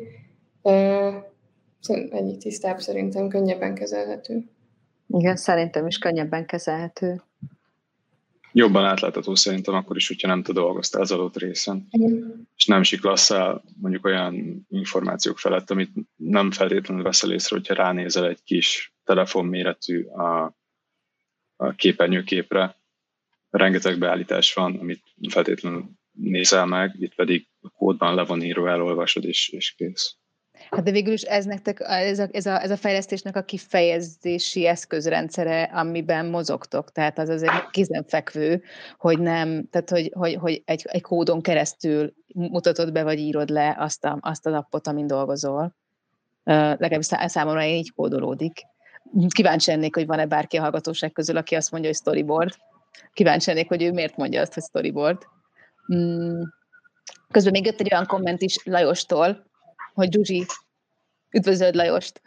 ennyi tisztább, szerintem könnyebben kezelhető. Igen, szerintem is könnyebben kezelhető. Jobban átlátható szerintem akkor is, hogyha nem te dolgoztál az adott részen. Mm. És nem siklasszál mondjuk olyan információk felett, amit nem feltétlenül veszel észre, hogyha ránézel egy kis telefonméretű a, a képernyőképre. Rengeteg beállítás van, amit feltétlenül nézel meg, itt pedig a kódban le van írva, elolvasod, és, és kész. Hát de végül is ez nektek, ez a, ez, a, ez a fejlesztésnek a kifejezési eszközrendszere, amiben mozogtok. Tehát az azért kézenfekvő, hogy nem, tehát hogy, hogy, hogy egy, egy kódon keresztül mutatod be, vagy írod le azt a, azt a appot, amin dolgozol. Uh, legalábbis számomra így kódolódik. Kíváncsi lennék, hogy van-e bárki a hallgatóság közül, aki azt mondja, hogy storyboard. Kíváncsi lennék, hogy ő miért mondja azt, hogy storyboard. Mm. Közben még jött egy olyan komment is Lajostól, hogy Zsuzsi, üdvözöld Lajost!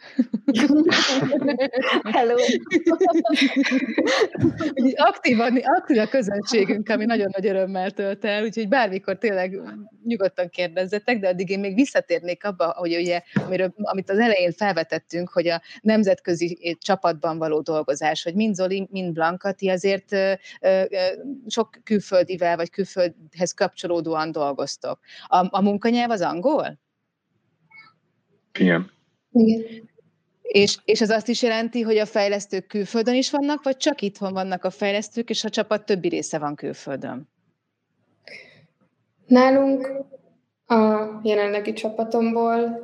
Hello! Aktívan, aktív a közönségünk, ami nagyon nagy örömmel tölt el, úgyhogy bármikor tényleg nyugodtan kérdezzetek, de addig én még visszatérnék abba, hogy ugye, amiről, amit az elején felvetettünk, hogy a nemzetközi csapatban való dolgozás, hogy mind Zoli, mind Blanka, ti azért ö, ö, sok külföldivel, vagy külföldhez kapcsolódóan dolgoztok. A, a munkanyelv az angol? Igen. Igen. És, és ez azt is jelenti, hogy a fejlesztők külföldön is vannak, vagy csak itthon vannak a fejlesztők, és a csapat többi része van külföldön? Nálunk a jelenlegi csapatomból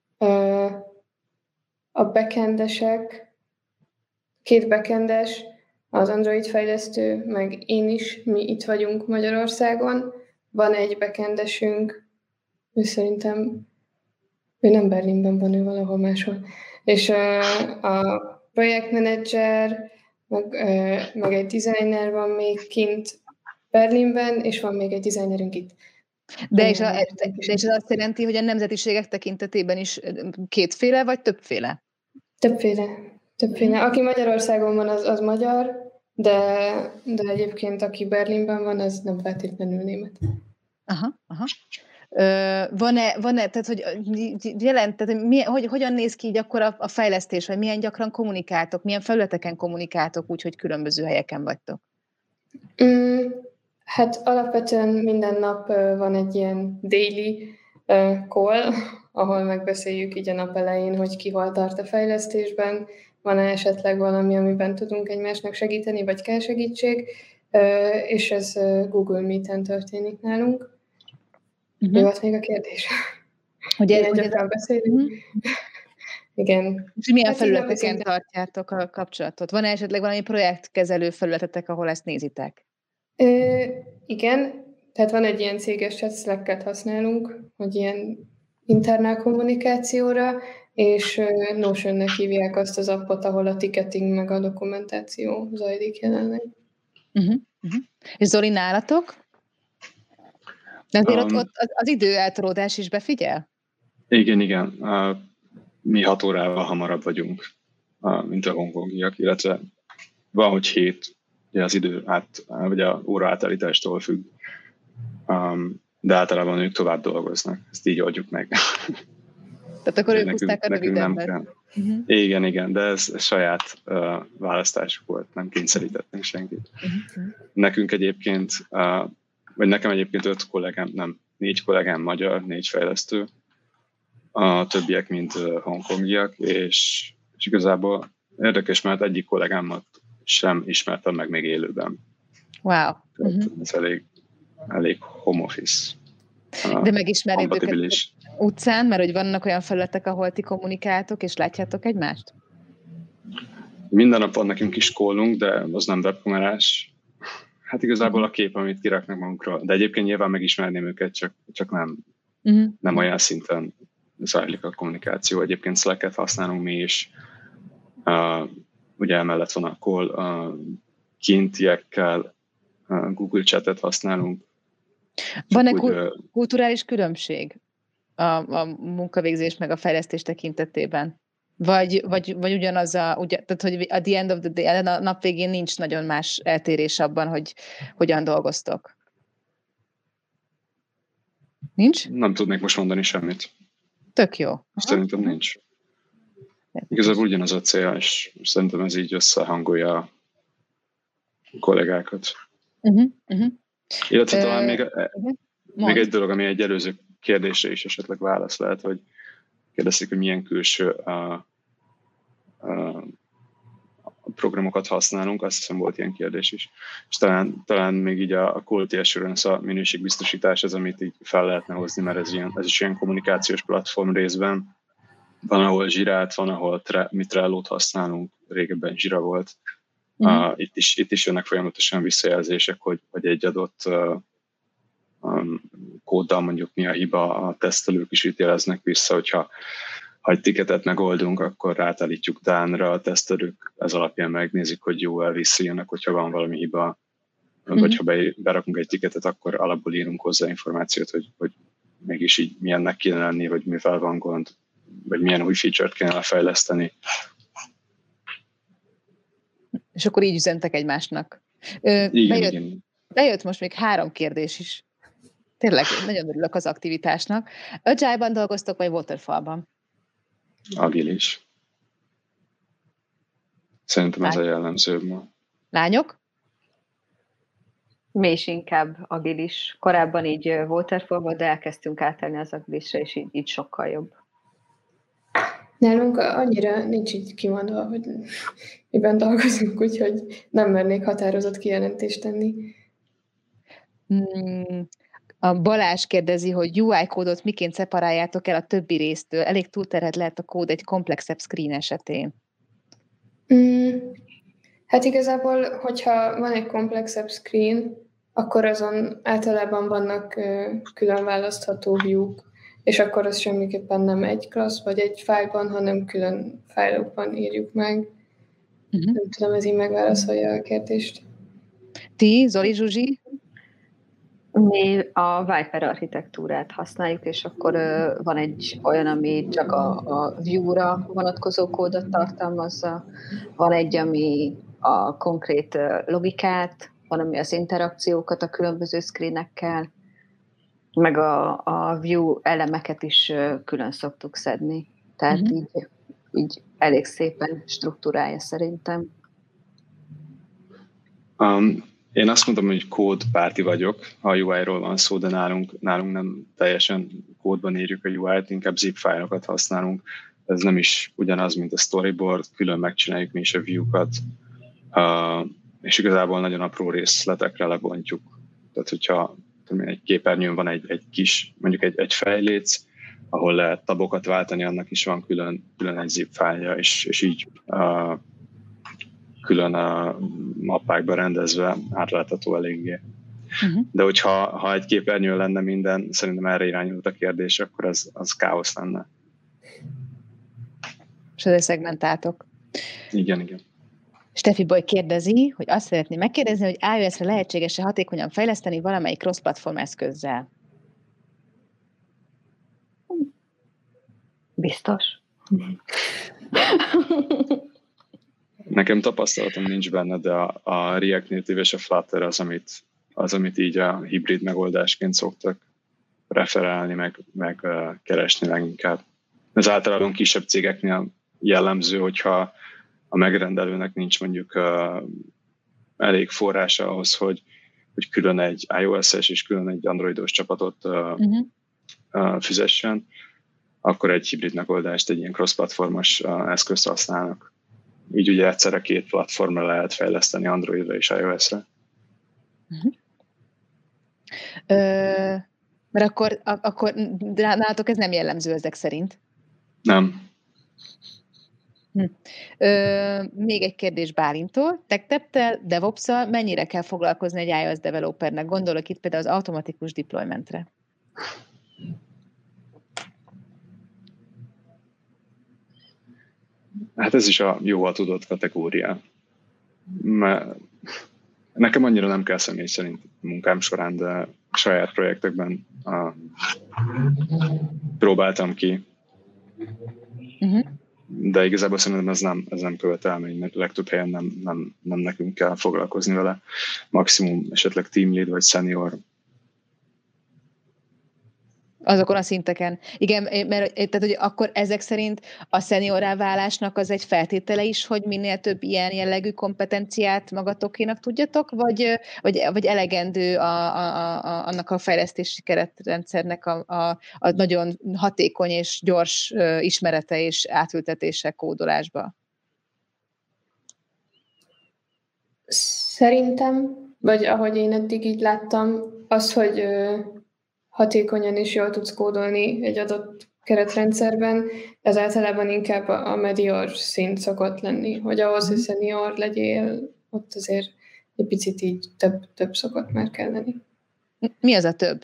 a backendesek, két backendes, az Android fejlesztő, meg én is, mi itt vagyunk Magyarországon. Van egy backendesünk, ő szerintem ő nem Berlinben van, ő valahol máshol. És uh, a projektmenedzser, meg, uh, meg egy designer van még kint Berlinben, és van még egy designerünk itt. De és, a, de és ez azt jelenti, hogy a nemzetiségek tekintetében is kétféle, vagy többféle? Többféle. Többféle. Aki Magyarországon van, az, az magyar, de, de egyébként aki Berlinben van, az nem feltétlenül német. Aha, aha. Van-e, van-e, tehát hogy jelent, tehát mi, hogy, hogyan néz ki így akkor a, a fejlesztés, vagy milyen gyakran kommunikáltok, milyen felületeken kommunikáltok úgy, hogy különböző helyeken vagytok? Mm, hát alapvetően minden nap uh, van egy ilyen daily uh, call, ahol megbeszéljük így a nap elején, hogy ki hol tart a fejlesztésben, van-e esetleg valami, amiben tudunk egymásnak segíteni, vagy kell segítség, uh, és ez uh, Google Meet-en történik nálunk. Uh-huh. Mi volt még a kérdés? Hogy Ilyen gyakran beszélünk. Uh-huh. Igen. És milyen hát felületeken tartjátok a kapcsolatot? Van-e esetleg valami projektkezelő felületetek, ahol ezt nézitek? Ö, igen, tehát van egy ilyen céges chat, Slack-et használunk, hogy ilyen internál kommunikációra, és Notion-nek hívják azt az appot, ahol a ticketing meg a dokumentáció zajlik jelenleg. Uh-huh. Uh-huh. És Zoli, nálatok? De azért um, ott, ott az, az időeltolódás is befigyel? Igen, igen. Uh, mi hat órával hamarabb vagyunk, uh, mint a hongkongiak, illetve van, hogy hét, ugye az idő át, vagy a óra átállítástól függ, um, de általában ők tovább dolgoznak. Ezt így oldjuk meg. Tehát akkor ők húzták a rövidebbet. Uh-huh. Igen, igen, de ez, ez saját uh, választásuk volt, nem kényszerítettünk senkit. Uh-huh. Nekünk egyébként uh, vagy nekem egyébként öt kollégám, nem, négy kollégám magyar, négy fejlesztő, a többiek mind hongkongiak, és, és igazából érdekes, mert egyik kollégámat sem ismertem meg még élőben. Wow. Uh-huh. Ez elég, elég home office. De megismerjük őket utcán, mert hogy vannak olyan felületek, ahol ti kommunikáltok, és látjátok egymást? Minden nap van nekünk is callunk, de az nem webkamerás. Hát igazából a kép, amit kiraknak magunkról. De egyébként nyilván megismerném őket, csak, csak nem, uh-huh. nem olyan szinten zajlik a kommunikáció. Egyébként Slack-et használunk mi is. Uh, ugye emellett van a call, uh, kintiekkel uh, Google Chat-et használunk. Van-e úgy, ku- kulturális különbség a, a munkavégzés meg a fejlesztés tekintetében? Vagy, vagy, vagy ugyanaz a, ugye, tehát hogy a the end of the day, a nap végén nincs nagyon más eltérés abban, hogy hogyan dolgoztok. Nincs? Nem tudnék most mondani semmit. Tök jó. Aha. Szerintem nincs. Igazából ugyanaz a cél, és szerintem ez így összehangolja a kollégákat. Uh-huh, uh-huh. Illetve talán uh, még, uh-huh. még egy dolog, ami egy előző kérdésre is esetleg válasz lehet, hogy kérdezték, hogy milyen külső uh, uh, programokat használunk, azt hiszem volt ilyen kérdés is. És talán, talán még így a, a quality assurance, a minőségbiztosítás az, amit így fel lehetne hozni, mert ez, ilyen, ez is ilyen kommunikációs platform részben. Van, ahol Zsirát, van, ahol tre, mi Trello-t használunk, régebben Zsira volt. Mm. Uh, itt, is, itt is jönnek folyamatosan visszajelzések, hogy, hogy egy adott uh, um, kóddal mondjuk mi a hiba, a tesztelők is itt jeleznek vissza, hogyha ha egy tiketet megoldunk, akkor rátállítjuk Dánra, a tesztelők ez alapján megnézik, hogy jó, visszajönnek, hogyha van valami hiba, mm. vagy ha be, berakunk egy tiketet, akkor alapból írunk hozzá információt, hogy, hogy mégis így milyennek kéne lenni, vagy mivel van gond, vagy milyen új feature-t kéne fejleszteni. És akkor így üzentek egymásnak. Ö, igen, bejött, igen. bejött most még három kérdés is. Tényleg, nagyon örülök az aktivitásnak. Agile-ban dolgoztok, vagy Waterfall-ban? Agilis. Szerintem Lány. Ez a jellemzőbb ma. Lányok? Mi is inkább agilis. Korábban így Waterfall-ban, de elkezdtünk átállni az agilisre, és így, így sokkal jobb. Nálunk annyira nincs így kimondva, hogy miben dolgozunk, úgyhogy nem mernék határozott kijelentést tenni. Hmm. A Balázs kérdezi, hogy u i kódot miként szeparáljátok el a többi résztől? Elég túlterhelt lehet a kód egy komplexebb screen esetén. Mm, hát igazából, hogyha van egy komplexebb screen, akkor azon általában vannak uh, külön választható view-k, és akkor az semmiképpen nem egy class vagy egy fájlban, hanem külön fájlokban írjuk meg. Uh-huh. Nem tudom, ez így megválaszolja a kérdést. Ti, Zoli, Zsuzsi? Mi a Viper architektúrát használjuk, és akkor uh, van egy olyan, ami csak a, a view-ra vonatkozó kódot tartalmazza, van egy, ami a konkrét uh, logikát, van, ami az interakciókat a különböző screenekkel, meg a, a view elemeket is uh, külön szoktuk szedni. Tehát uh-huh. így, így elég szépen struktúrálja szerintem. Um. Én azt mondom, hogy kódpárti vagyok, ha a u i-ról van szó, de nálunk, nálunk nem teljesen kódban írjuk a u i-t, inkább zip fájlokat használunk. Ez nem is ugyanaz, mint a storyboard, külön megcsináljuk mi is a view-kat, uh, és igazából nagyon apró részletekre lebontjuk. Tehát, hogyha tudom, egy képernyőn van egy, egy kis, mondjuk egy, egy fejléc, ahol lehet tabokat váltani, annak is van külön, külön egy zip fájlja, és, és így uh, külön a mappákba rendezve átlátható eléggé. Uh-huh. De hogyha ha egy képernyőn lenne minden, szerintem erre irányult a kérdés, akkor az, az káosz lenne. És ezzel szegmentáltok. Igen, igen. Steffi Boy kérdezi, hogy azt szeretné megkérdezni, hogy iOS-re lehetséges-e hatékonyan fejleszteni valamelyik cross-platform eszközzel? Biztos. Nekem tapasztalatom nincs benne, de a, a React Native és a Flutter az, amit, az, amit így a hibrid megoldásként szoktak referálni, meg, meg uh, keresni leginkább. Ez általában kisebb cégeknél jellemző, hogyha a megrendelőnek nincs mondjuk uh, elég forrása ahhoz, hogy, hogy külön egy iOS-es és külön egy androidos csapatot uh, uh-huh. uh, fizessen, akkor egy hibrid megoldást, egy ilyen cross-platformos uh, eszközt használnak. Így ugye egyszerre két platformra lehet fejleszteni, Androidra és iOS-re. Uh-huh. Ö, mert akkor, akkor nálatok ez nem jellemző ezek szerint? Nem. Hm. Ö, még egy kérdés Bálintól. TechTap-tel, DevOps-szal mennyire kell foglalkozni egy iOS developernek? Gondolok itt például az automatikus deploymentre. Hát ez is a jóval tudott kategória. Mert nekem annyira nem kell személy szerint munkám során, de saját projektekben uh, próbáltam ki. Uh-huh. de igazából szerintem ez nem, ez nem követelmény, mert legtöbb helyen nem, nem, nem nekünk kell foglalkozni vele. Maximum esetleg team lead vagy senior. Azokon a szinteken. Igen, mert tehát, hogy akkor ezek szerint a szeniorrá válásnak az egy feltétele is, hogy minél több ilyen jellegű kompetenciát magatokénak tudjatok, vagy, vagy, vagy elegendő a, a, a, annak a fejlesztési keretrendszernek a, a, a nagyon hatékony és gyors ismerete és átültetése kódolásba? Szerintem, vagy ahogy én eddig így láttam, az, hogy hatékonyan és jól tudsz kódolni egy adott keretrendszerben, ez általában inkább a medior szint szokott lenni, hogy ahhoz, hogy senior legyél, ott azért egy picit így több, több szokott már kelleni. Mi az a több?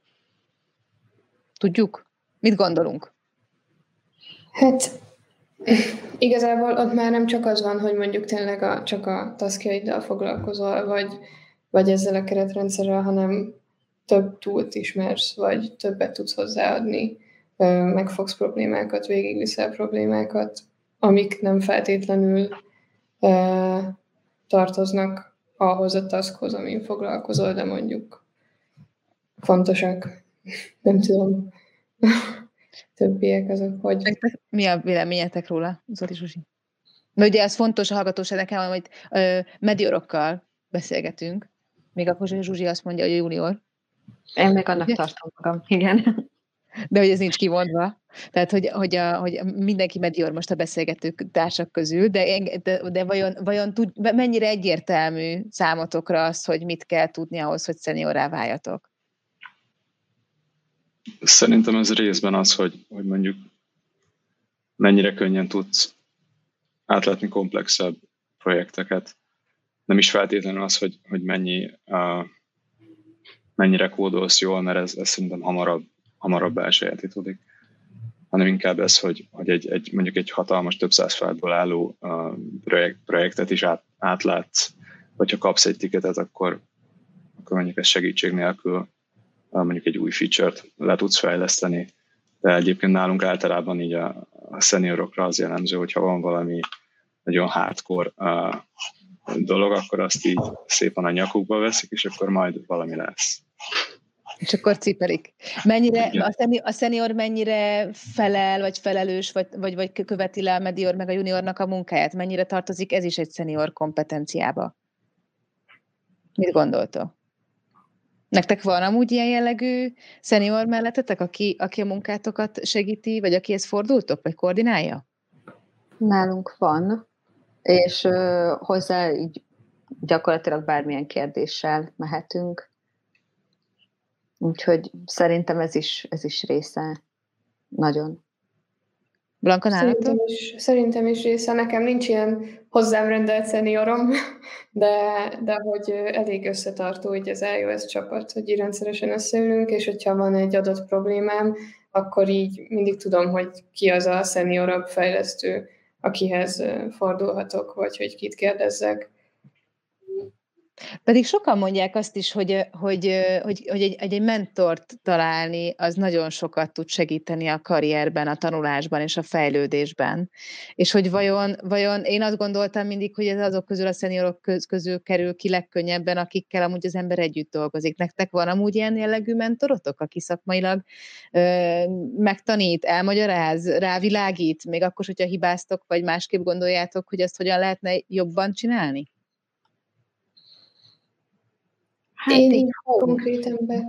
Tudjuk? Mit gondolunk? Hát igazából ott már nem csak az van, hogy mondjuk tényleg a, csak a taskjaiddal foglalkozol, vagy, vagy ezzel a keretrendszerrel, hanem több túlt ismersz, vagy többet tudsz hozzáadni, megfogsz problémákat, végigviszel problémákat, amik nem feltétlenül uh, tartoznak ahhoz a taskhoz, amin foglalkozol, de mondjuk fontosak. Nem tudom. Többiek azok, hogy... Mi a véleményetek róla, Zoli Zsuzsi? Mert ugye az fontos a hallgatóságnak, hogy uh, mediorokkal beszélgetünk, még akkor Zsuzsi azt mondja, hogy junior. Én még annak tartom magam, igen. De hogy ez nincs kimondva. Tehát, hogy, hogy, a, hogy mindenki medior most a beszélgető társak közül, de, de, de vajon, vajon tud, mennyire egyértelmű számotokra az, hogy mit kell tudni ahhoz, hogy szeniorrá váljatok? Szerintem ez részben az, hogy, hogy mondjuk mennyire könnyen tudsz átlátni komplexebb projekteket. Nem is feltétlenül az, hogy, hogy mennyi, uh, mennyire kódolsz jól, mert ez, ez szerintem hamarabb, hamarabb elsajátítódik, hanem inkább ez, hogy, hogy egy, egy, mondjuk egy hatalmas, több száz fájlból álló uh, projekt, projektet is át, átlátsz, vagy ha kapsz egy ticketet, akkor, akkor mondjuk ez segítség nélkül mondjuk egy új feature-t le tudsz fejleszteni, de egyébként nálunk általában így a, a seniorokra az jellemző, hogyha van valami nagyon hardcore uh, dolog, akkor azt így szépen a nyakukba veszik, és akkor majd valami lesz. És akkor cipelik. Mennyire, a, szenior, a senior mennyire felel, vagy felelős, vagy, vagy, vagy követi le a medior meg a juniornak a munkáját? Mennyire tartozik ez is egy senior kompetenciába? Mit gondoltok? Nektek van amúgy ilyen jellegű senior mellettetek, aki, aki a munkátokat segíti, vagy akihez fordultok, vagy koordinálja? Nálunk van, és uh, hozzá így gyakorlatilag bármilyen kérdéssel mehetünk. Úgyhogy szerintem ez is, ez is része nagyon. Blanka, nálatok? Szerintem is, szerintem is része. Nekem nincs ilyen hozzám rendelt szeniorom, de, de hogy elég összetartó így az iOS csapat, hogy így rendszeresen összeülünk, és hogyha van egy adott problémám, akkor így mindig tudom, hogy ki az a szeniorabb fejlesztő, akihez fordulhatok, vagy hogy kit kérdezzek. Pedig sokan mondják azt is, hogy, hogy, hogy, hogy egy, egy mentort találni, az nagyon sokat tud segíteni a karrierben, a tanulásban és a fejlődésben. És hogy vajon, vajon én azt gondoltam mindig, hogy ez azok közül a szeniorok köz, közül kerül ki legkönnyebben, akikkel amúgy az ember együtt dolgozik. Nektek van amúgy ilyen jellegű mentorotok, aki szakmailag ö, megtanít, elmagyaráz, rávilágít, még akkor, hogyha hibáztok, vagy másképp gondoljátok, hogy ezt hogyan lehetne jobban csinálni? Hát én így konkrét ember...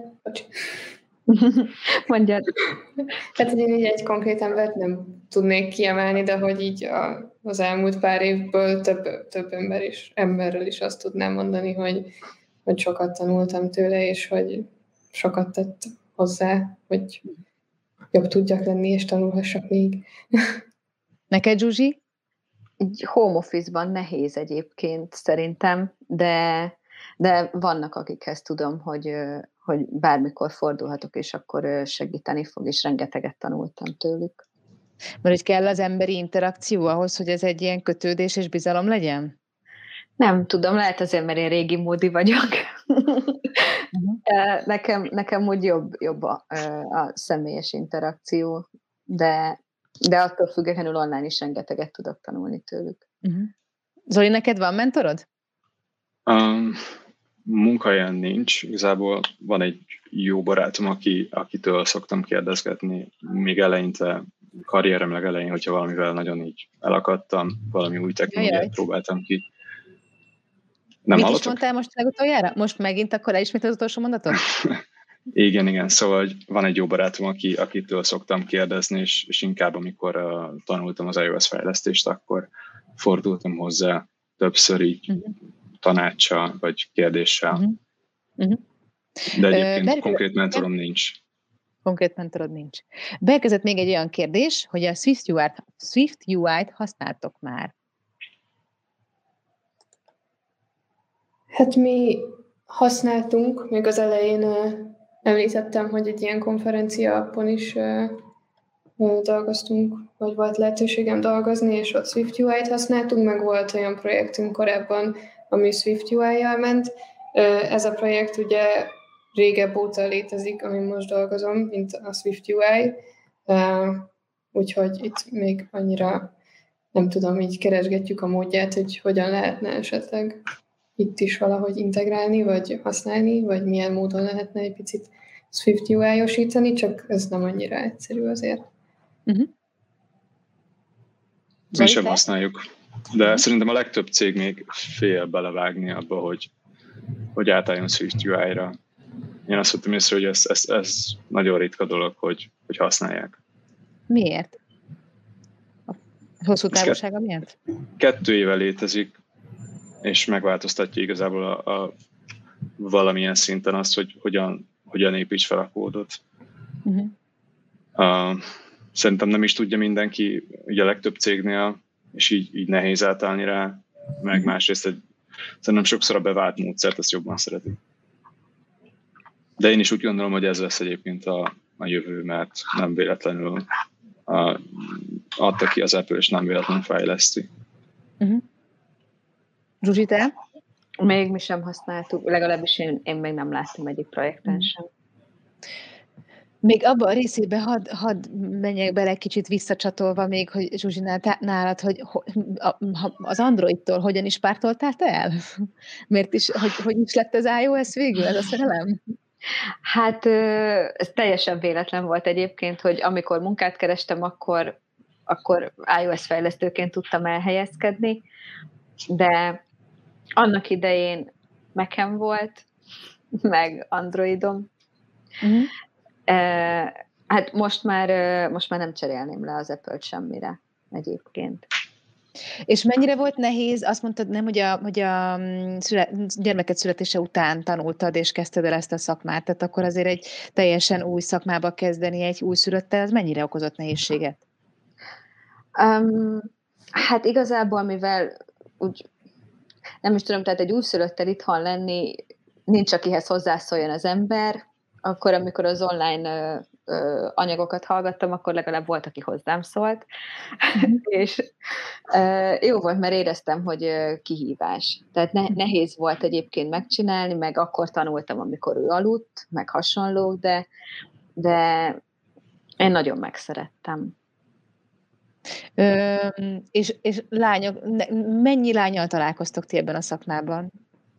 Mondjad. Hát én így egy konkrét embert nem tudnék kiemelni, de hogy így a, az elmúlt pár évből több, több ember is, emberről is azt tudnám mondani, hogy, hogy sokat tanultam tőle, és hogy sokat tett hozzá, hogy jobb tudjak lenni, és tanulhassak még. Neked, Zsuzsi? Így home office-ban nehéz egyébként szerintem, de De vannak, akikhez tudom, hogy, hogy bármikor fordulhatok, és akkor segíteni fog, és rengeteget tanultam tőlük. Mert hogy kell az emberi interakció ahhoz, hogy ez egy ilyen kötődés és bizalom legyen? Nem tudom, lehet azért, mert én régi módi vagyok. nekem, nekem úgy jobb, jobb a, a személyes interakció, de De attól függetlenül online is rengeteget tudok tanulni tőlük. Uh-huh. Zoli, neked van mentorod? Um, munkahelyen nincs. Igazából van egy jó barátom, aki, akitől szoktam kérdezgetni, még eleinte, karrierem legelején, hogyha valamivel nagyon így elakadtam, valami új technológiát próbáltam ki. Nem Mit hallotok? is mondtál most legutoljára? Most megint akkor elismét az utolsó mondatot? Igen, igen. Szóval hogy van egy jó barátom, aki, akitől szoktam kérdezni, és, és inkább amikor uh, tanultam az iOS fejlesztést, akkor fordultam hozzá többször így uh-huh. tanácssal, vagy kérdéssel. Uh-huh. Uh-huh. De egyébként uh, Berke... konkrét mentorom nincs. Konkrét mentorod nincs. Beérkezett még egy olyan kérdés, hogy a Swift u i-t, Swift u i-t használtok már. Hát mi használtunk, még az elején uh, említettem, hogy egy ilyen konferencia appon is uh, uh, dolgoztunk, vagy volt lehetőségem dolgozni, és ott Swift u i-t használtunk, meg volt olyan projektünk korábban, ami Swift u i-jal ment. Uh, ez a projekt ugye régebb óta létezik, amin most dolgozom, mint a Swift u i, uh, úgyhogy itt még annyira nem tudom, így keresgetjük a módját, hogy hogyan lehetne esetleg itt is valahogy integrálni, vagy használni, vagy milyen módon lehetne egy picit Swift u i-osítani, csak ez nem annyira egyszerű azért. Uh-huh. Mi sem használjuk, de uh-huh. szerintem a legtöbb cég még fél belevágni abba, hogy, hogy átálljon Swift u i-ra. Én azt mondtam észre, hogy ez, ez, ez nagyon ritka dolog, hogy, hogy használják. Miért? A hosszú távolsága miért? Kettő éve létezik, és megváltoztatja igazából a, a valamilyen szinten azt, hogy hogyan, hogyan építs fel a kódot. Uh-huh. Uh, szerintem nem is tudja mindenki, ugye a legtöbb cégnél, és így, így nehéz átállni rá, meg uh-huh. másrészt egy, szerintem sokszor a bevált módszert, ezt jobban szeretik. De én is úgy gondolom, hogy ez lesz egyébként a, a jövő, mert nem véletlenül a, adta ki az Apple, és nem véletlenül fejleszti. Uh-huh. Zsuzsi, te? Még mi sem használtuk, legalábbis én, én még nem láttam egyik projekten sem. Még abban a részében hadd had menjek bele kicsit visszacsatolva még, hogy Zsuzsi, nálad, hogy az Androidtól hogyan is pártoltál te el? Miért is, hogy, hogy is lett az iOS végül, ez a szerelem? Hát ez teljesen véletlen volt egyébként, hogy amikor munkát kerestem, akkor, akkor iOS fejlesztőként tudtam elhelyezkedni, de annak idején Mac-em volt, meg Androidom. Uh-huh. E, hát most már, most már nem cserélném le az Apple-t semmire egyébként. És mennyire volt nehéz, azt mondtad, nem, hogy a, hogy a szüle, gyermeked születése után tanultad és kezdted el ezt a szakmát, tehát akkor azért egy teljesen új szakmába kezdeni egy újszülöttel, az mennyire okozott nehézséget? Um, hát igazából, mivel úgy, nem is tudom, tehát egy újszülöttel itthon lenni, nincs akihez hozzászóljon az ember, akkor amikor az online ö, ö, anyagokat hallgattam, akkor legalább volt, aki hozzám szólt, mm. és ö, jó volt, mert éreztem, hogy ö, kihívás. Tehát ne, nehéz volt egyébként megcsinálni, meg akkor tanultam, amikor ő aludt, meg hasonlók, de, de én nagyon megszerettem. Ö, és, és lányok, mennyi lánnyal találkoztok ti ebben a szakmában?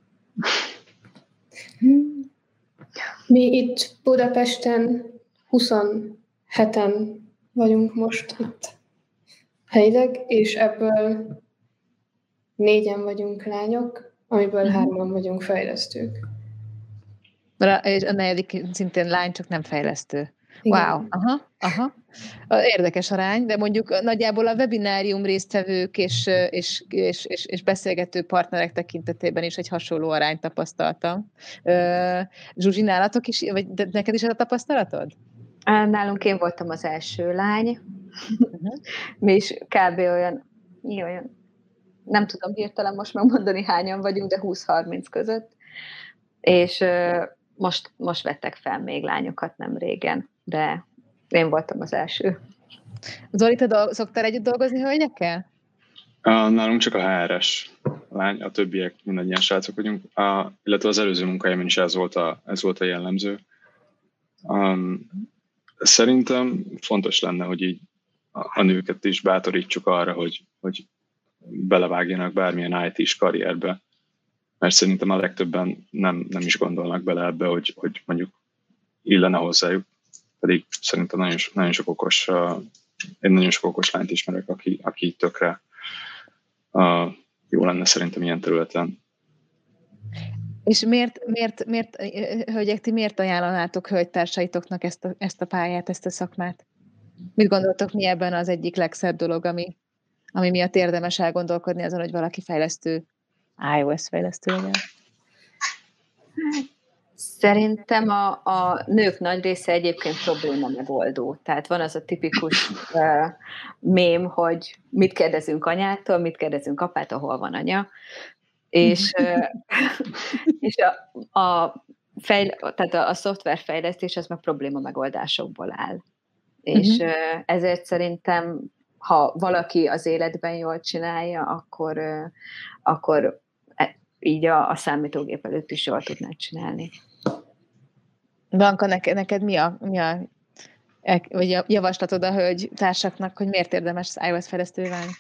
Mi itt Budapesten huszonheten vagyunk most itt helyileg, és ebből négyen vagyunk lányok, amiből uh-huh. hárman vagyunk fejlesztők. És a negyedik szintén lány, csak nem fejlesztő. Igen. Wow, aha, aha. Érdekes arány, de mondjuk nagyjából a webinárium résztvevők és, és, és, és, és beszélgető partnerek tekintetében is egy hasonló arányt tapasztaltam. Zsuzsi, nálatok is, vagy neked is ez a tapasztalatod? Nálunk én voltam az első lány. Uh-huh. Mi is kb. olyan, olyan, nem tudom hirtelen most megmondani hányan vagyunk, de húsz-harminc között. És most, most vettek fel még lányokat nem régen, de én voltam az első. Zoli, te dolg- szoktál együtt dolgozni hölgyekkel? Uh, nálunk csak a há er es lány, a többiek mindannyian srácok vagyunk, uh, illetve az előző munkahelyemen is ez volt a, ez volt a jellemző. Um, szerintem fontos lenne, hogy így a nőket is bátorítsuk arra, hogy, hogy belevágjanak bármilyen í té-s karrierbe, mert szerintem a legtöbben nem, nem is gondolnak bele ebbe, hogy, hogy mondjuk illene hozzájuk, pedig szerintem nagyon, nagyon sok okos, uh, én nagyon sok okos lányt ismerek, aki, aki tökre uh, jó lenne szerintem ilyen területen. És miért, miért, miért, hölgyek, ti miért ajánlanátok hölgytársaitoknak ezt a, ezt a pályát, ezt a szakmát? Mit gondoltok, mi ebben az egyik legszebb dolog, ami, ami miatt érdemes elgondolkodni azon, hogy valaki fejlesztő, iOS fejlesztő legyen? Szerintem a, a nők nagy része egyébként probléma megoldó. Tehát van az a tipikus uh, mém, hogy mit kérdezünk anyától, mit kérdezünk apától, hol van anya. És, uh, és a, a, fejl, tehát a, a szoftverfejlesztés az meg probléma megoldásokból áll. És uh, ezért szerintem, ha valaki az életben jól csinálja, akkor, uh, akkor így a, a számítógép előtt is jól tudnád csinálni. Blanka, neked, neked mi a, mi a vagy a javaslatod a hölgy társaknak, hogy miért érdemes az iOS fejlesztővé válni?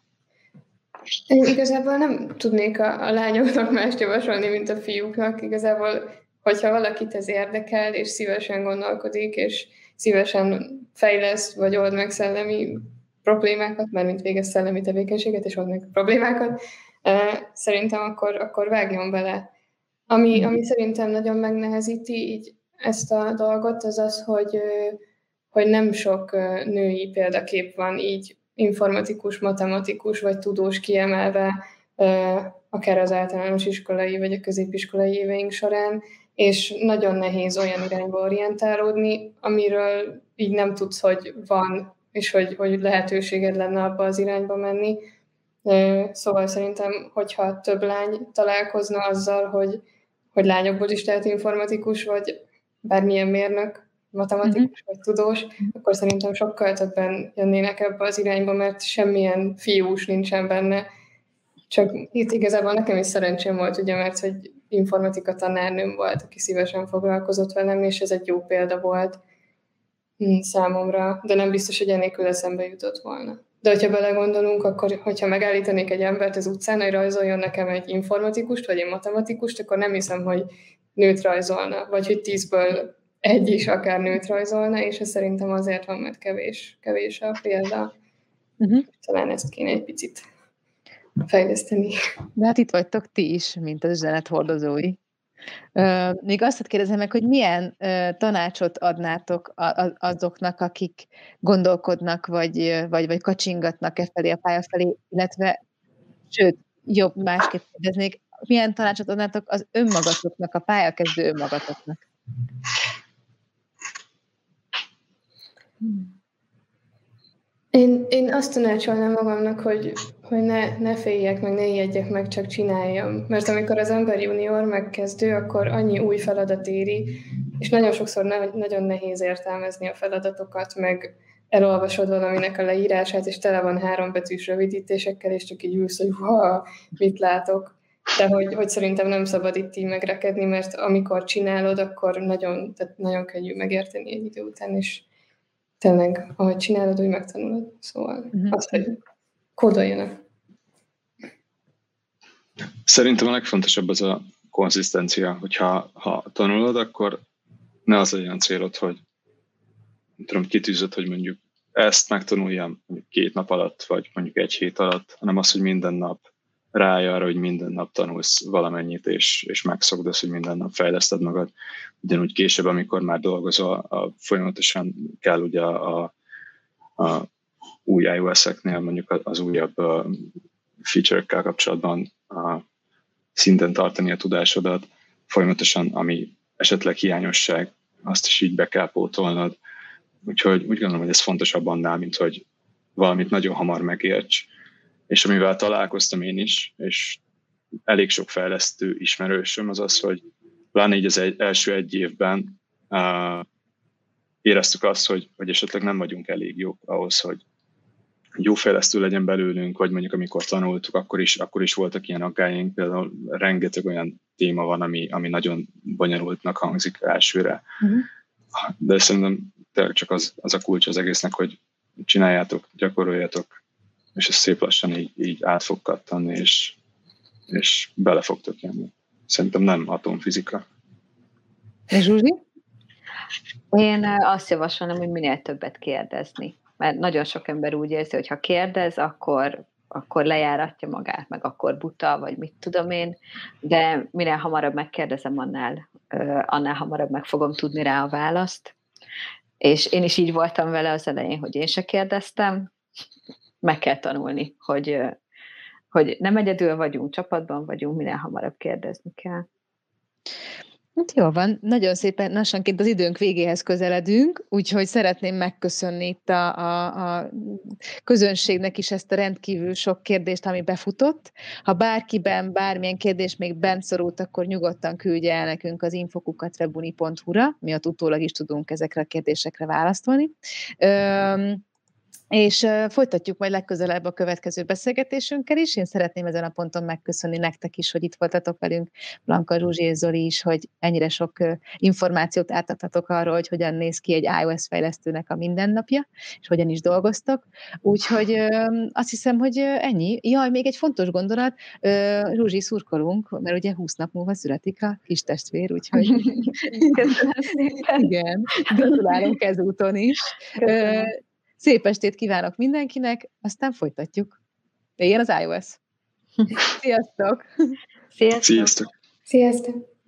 Én igazából nem tudnék a, a lányoknak mást javasolni, mint a fiúknak. Igazából, hogyha valakit ez érdekel, és szívesen gondolkodik, és szívesen fejleszt, vagy old meg szellemi problémákat, mármint végez szellemi tevékenységet, és old meg problémákat, szerintem akkor, akkor vágjon bele. Ami, ami szerintem nagyon megnehezíti így ezt a dolgot, az az, hogy, hogy nem sok női példakép van így informatikus, matematikus vagy tudós kiemelve, akár az általános iskolai vagy a középiskolai éveink során, és nagyon nehéz olyan irányba orientálódni, amiről így nem tudsz, hogy van, és hogy, hogy lehetőséged lenne abba az irányba menni. Szóval szerintem, hogyha több lány találkozna azzal, hogy, hogy lányokból is lehet informatikus, vagy bármilyen mérnök, matematikus uh-huh. vagy tudós, akkor szerintem sokkal többen jönnének ebbe az irányba, mert semmilyen fiús nincsen benne. Csak itt igazából nekem is szerencsém volt, ugye, mert hogy informatika tanárnőm volt, aki szívesen foglalkozott velem, és ez egy jó példa volt számomra, de nem biztos, hogy ennélkül eszembe jutott volna. De hogyha belegondolunk, akkor hogyha megállítanék egy embert az utcán, hogy rajzoljon nekem egy informatikust, vagy egy matematikust, akkor nem hiszem, hogy nőt rajzolna, vagy hogy tízből egy is akár nőt rajzolna, és ez szerintem azért van, mert kevés, kevés a példa. Uh-huh. Talán ezt kéne egy picit fejleszteni. De hát itt vagytok ti is, mint az üzenethordozói. Uh, még azt kérdezem meg, hogy milyen uh, tanácsot adnátok a, a, azoknak, akik gondolkodnak, vagy, vagy, vagy kacsingatnak e felé a pálya felé, illetve, sőt, jobb másképp kérdeznék, milyen tanácsot adnátok az önmagatoknak, a pályakezdő önmagatoknak? Én, én azt tanácsolnám magamnak, hogy, hogy ne, ne féljek meg, ne ijedjek meg, csak csináljam. Mert amikor az ember junior megkezdő, akkor annyi új feladat éri, és nagyon sokszor ne, nagyon nehéz értelmezni a feladatokat, meg elolvasod valaminek a leírását, és tele van hárombetűs rövidítésekkel, és csak így ülsz, hogy ha, mit látok. De hogy, hogy szerintem nem szabad itt így megrekedni, mert amikor csinálod, akkor nagyon, tehát nagyon könnyű megérteni egy idő után, és tényleg, ahogy csinálod, úgy megtanulod. Szóval uh-huh. azt, hogy kódoljanak. Szerintem a legfontosabb az a konzisztencia, hogyha ha tanulod, akkor ne az legyen célod, hogy tudom, kitűzöd, hogy mondjuk ezt megtanuljam mondjuk két nap alatt, vagy mondjuk egy hét alatt, hanem az, hogy minden nap ráj arra, hogy minden nap tanulsz valamennyit, és, és megszokd azt, hogy minden nap fejleszted magad. Ugyanúgy később, amikor már dolgozol, a, folyamatosan kell ugye a, a, a új iOS-eknél, mondjuk az újabb uh, feature-ekkel kapcsolatban a szinten tartani a tudásodat, folyamatosan, ami esetleg hiányosság, azt is így be kell pótolnod. Úgyhogy úgy gondolom, hogy ez fontosabb annál, mint hogy valamit nagyon hamar megérts. És amivel találkoztam én is, és elég sok fejlesztő ismerősöm, az az, hogy pláne így az egy, első egy évben uh, éreztük azt, hogy, hogy esetleg nem vagyunk elég jók ahhoz, hogy jó fejlesztő legyen belőlünk, vagy mondjuk amikor tanultuk, akkor is, akkor is voltak ilyen aggályink, például rengeteg olyan téma van, ami, ami nagyon bonyolultnak hangzik elsőre. Uh-huh. De szerintem tényleg csak az, az a kulcs az egésznek, hogy csináljátok, gyakoroljatok, és ez szép lassan így, így át fog kattanni, és, és bele fogtok jönni. Szerintem nem atomfizika. És Zsuzsi? Én azt javasolnám, hogy minél többet kérdezni. Mert nagyon sok ember úgy érzi, hogy ha kérdez, akkor, akkor lejáratja magát, meg akkor buta, vagy mit tudom én, de minél hamarabb megkérdezem, annál, annál hamarabb meg fogom tudni rá a választ. És én is így voltam vele az elején, hogy én se kérdeztem, meg kell tanulni, hogy, hogy nem egyedül vagyunk, csapatban vagyunk, minél hamarabb kérdezni kell. Hát jó van, nagyon szépen lassanként az időnk végéhez közeledünk, úgyhogy szeretném megköszönni itt a, a, a közönségnek is ezt a rendkívül sok kérdést, ami befutott. Ha bárkiben bármilyen kérdés még bent szorult, akkor nyugodtan küldje el nekünk az infokukat rebuni pont hu-ra, mi ott utólag is tudunk ezekre a kérdésekre válaszolni. Üm, és uh, folytatjuk majd legközelebb a következő beszélgetésünkkel is. Én szeretném ezen a ponton megköszönni nektek is, hogy itt voltatok velünk, Blanka, Zsuzsi és Zoli is, hogy ennyire sok uh, információt átadtatok arról, hogy hogyan néz ki egy iOS fejlesztőnek a mindennapja, és hogyan is dolgoztok. Úgyhogy uh, azt hiszem, hogy uh, ennyi. Jaj, még egy fontos gondolat, uh, Zsuzsi, szurkolunk, mert ugye húsz nap múlva születik a kis testvér, úgyhogy... Köszönöm szépen. Igen, gratulálunk ezúton is. Uh, Szép estét kívánok mindenkinek, aztán folytatjuk. Jöjjön az iOS. Sziasztok! Sziasztok! Sziasztok! Sziasztok!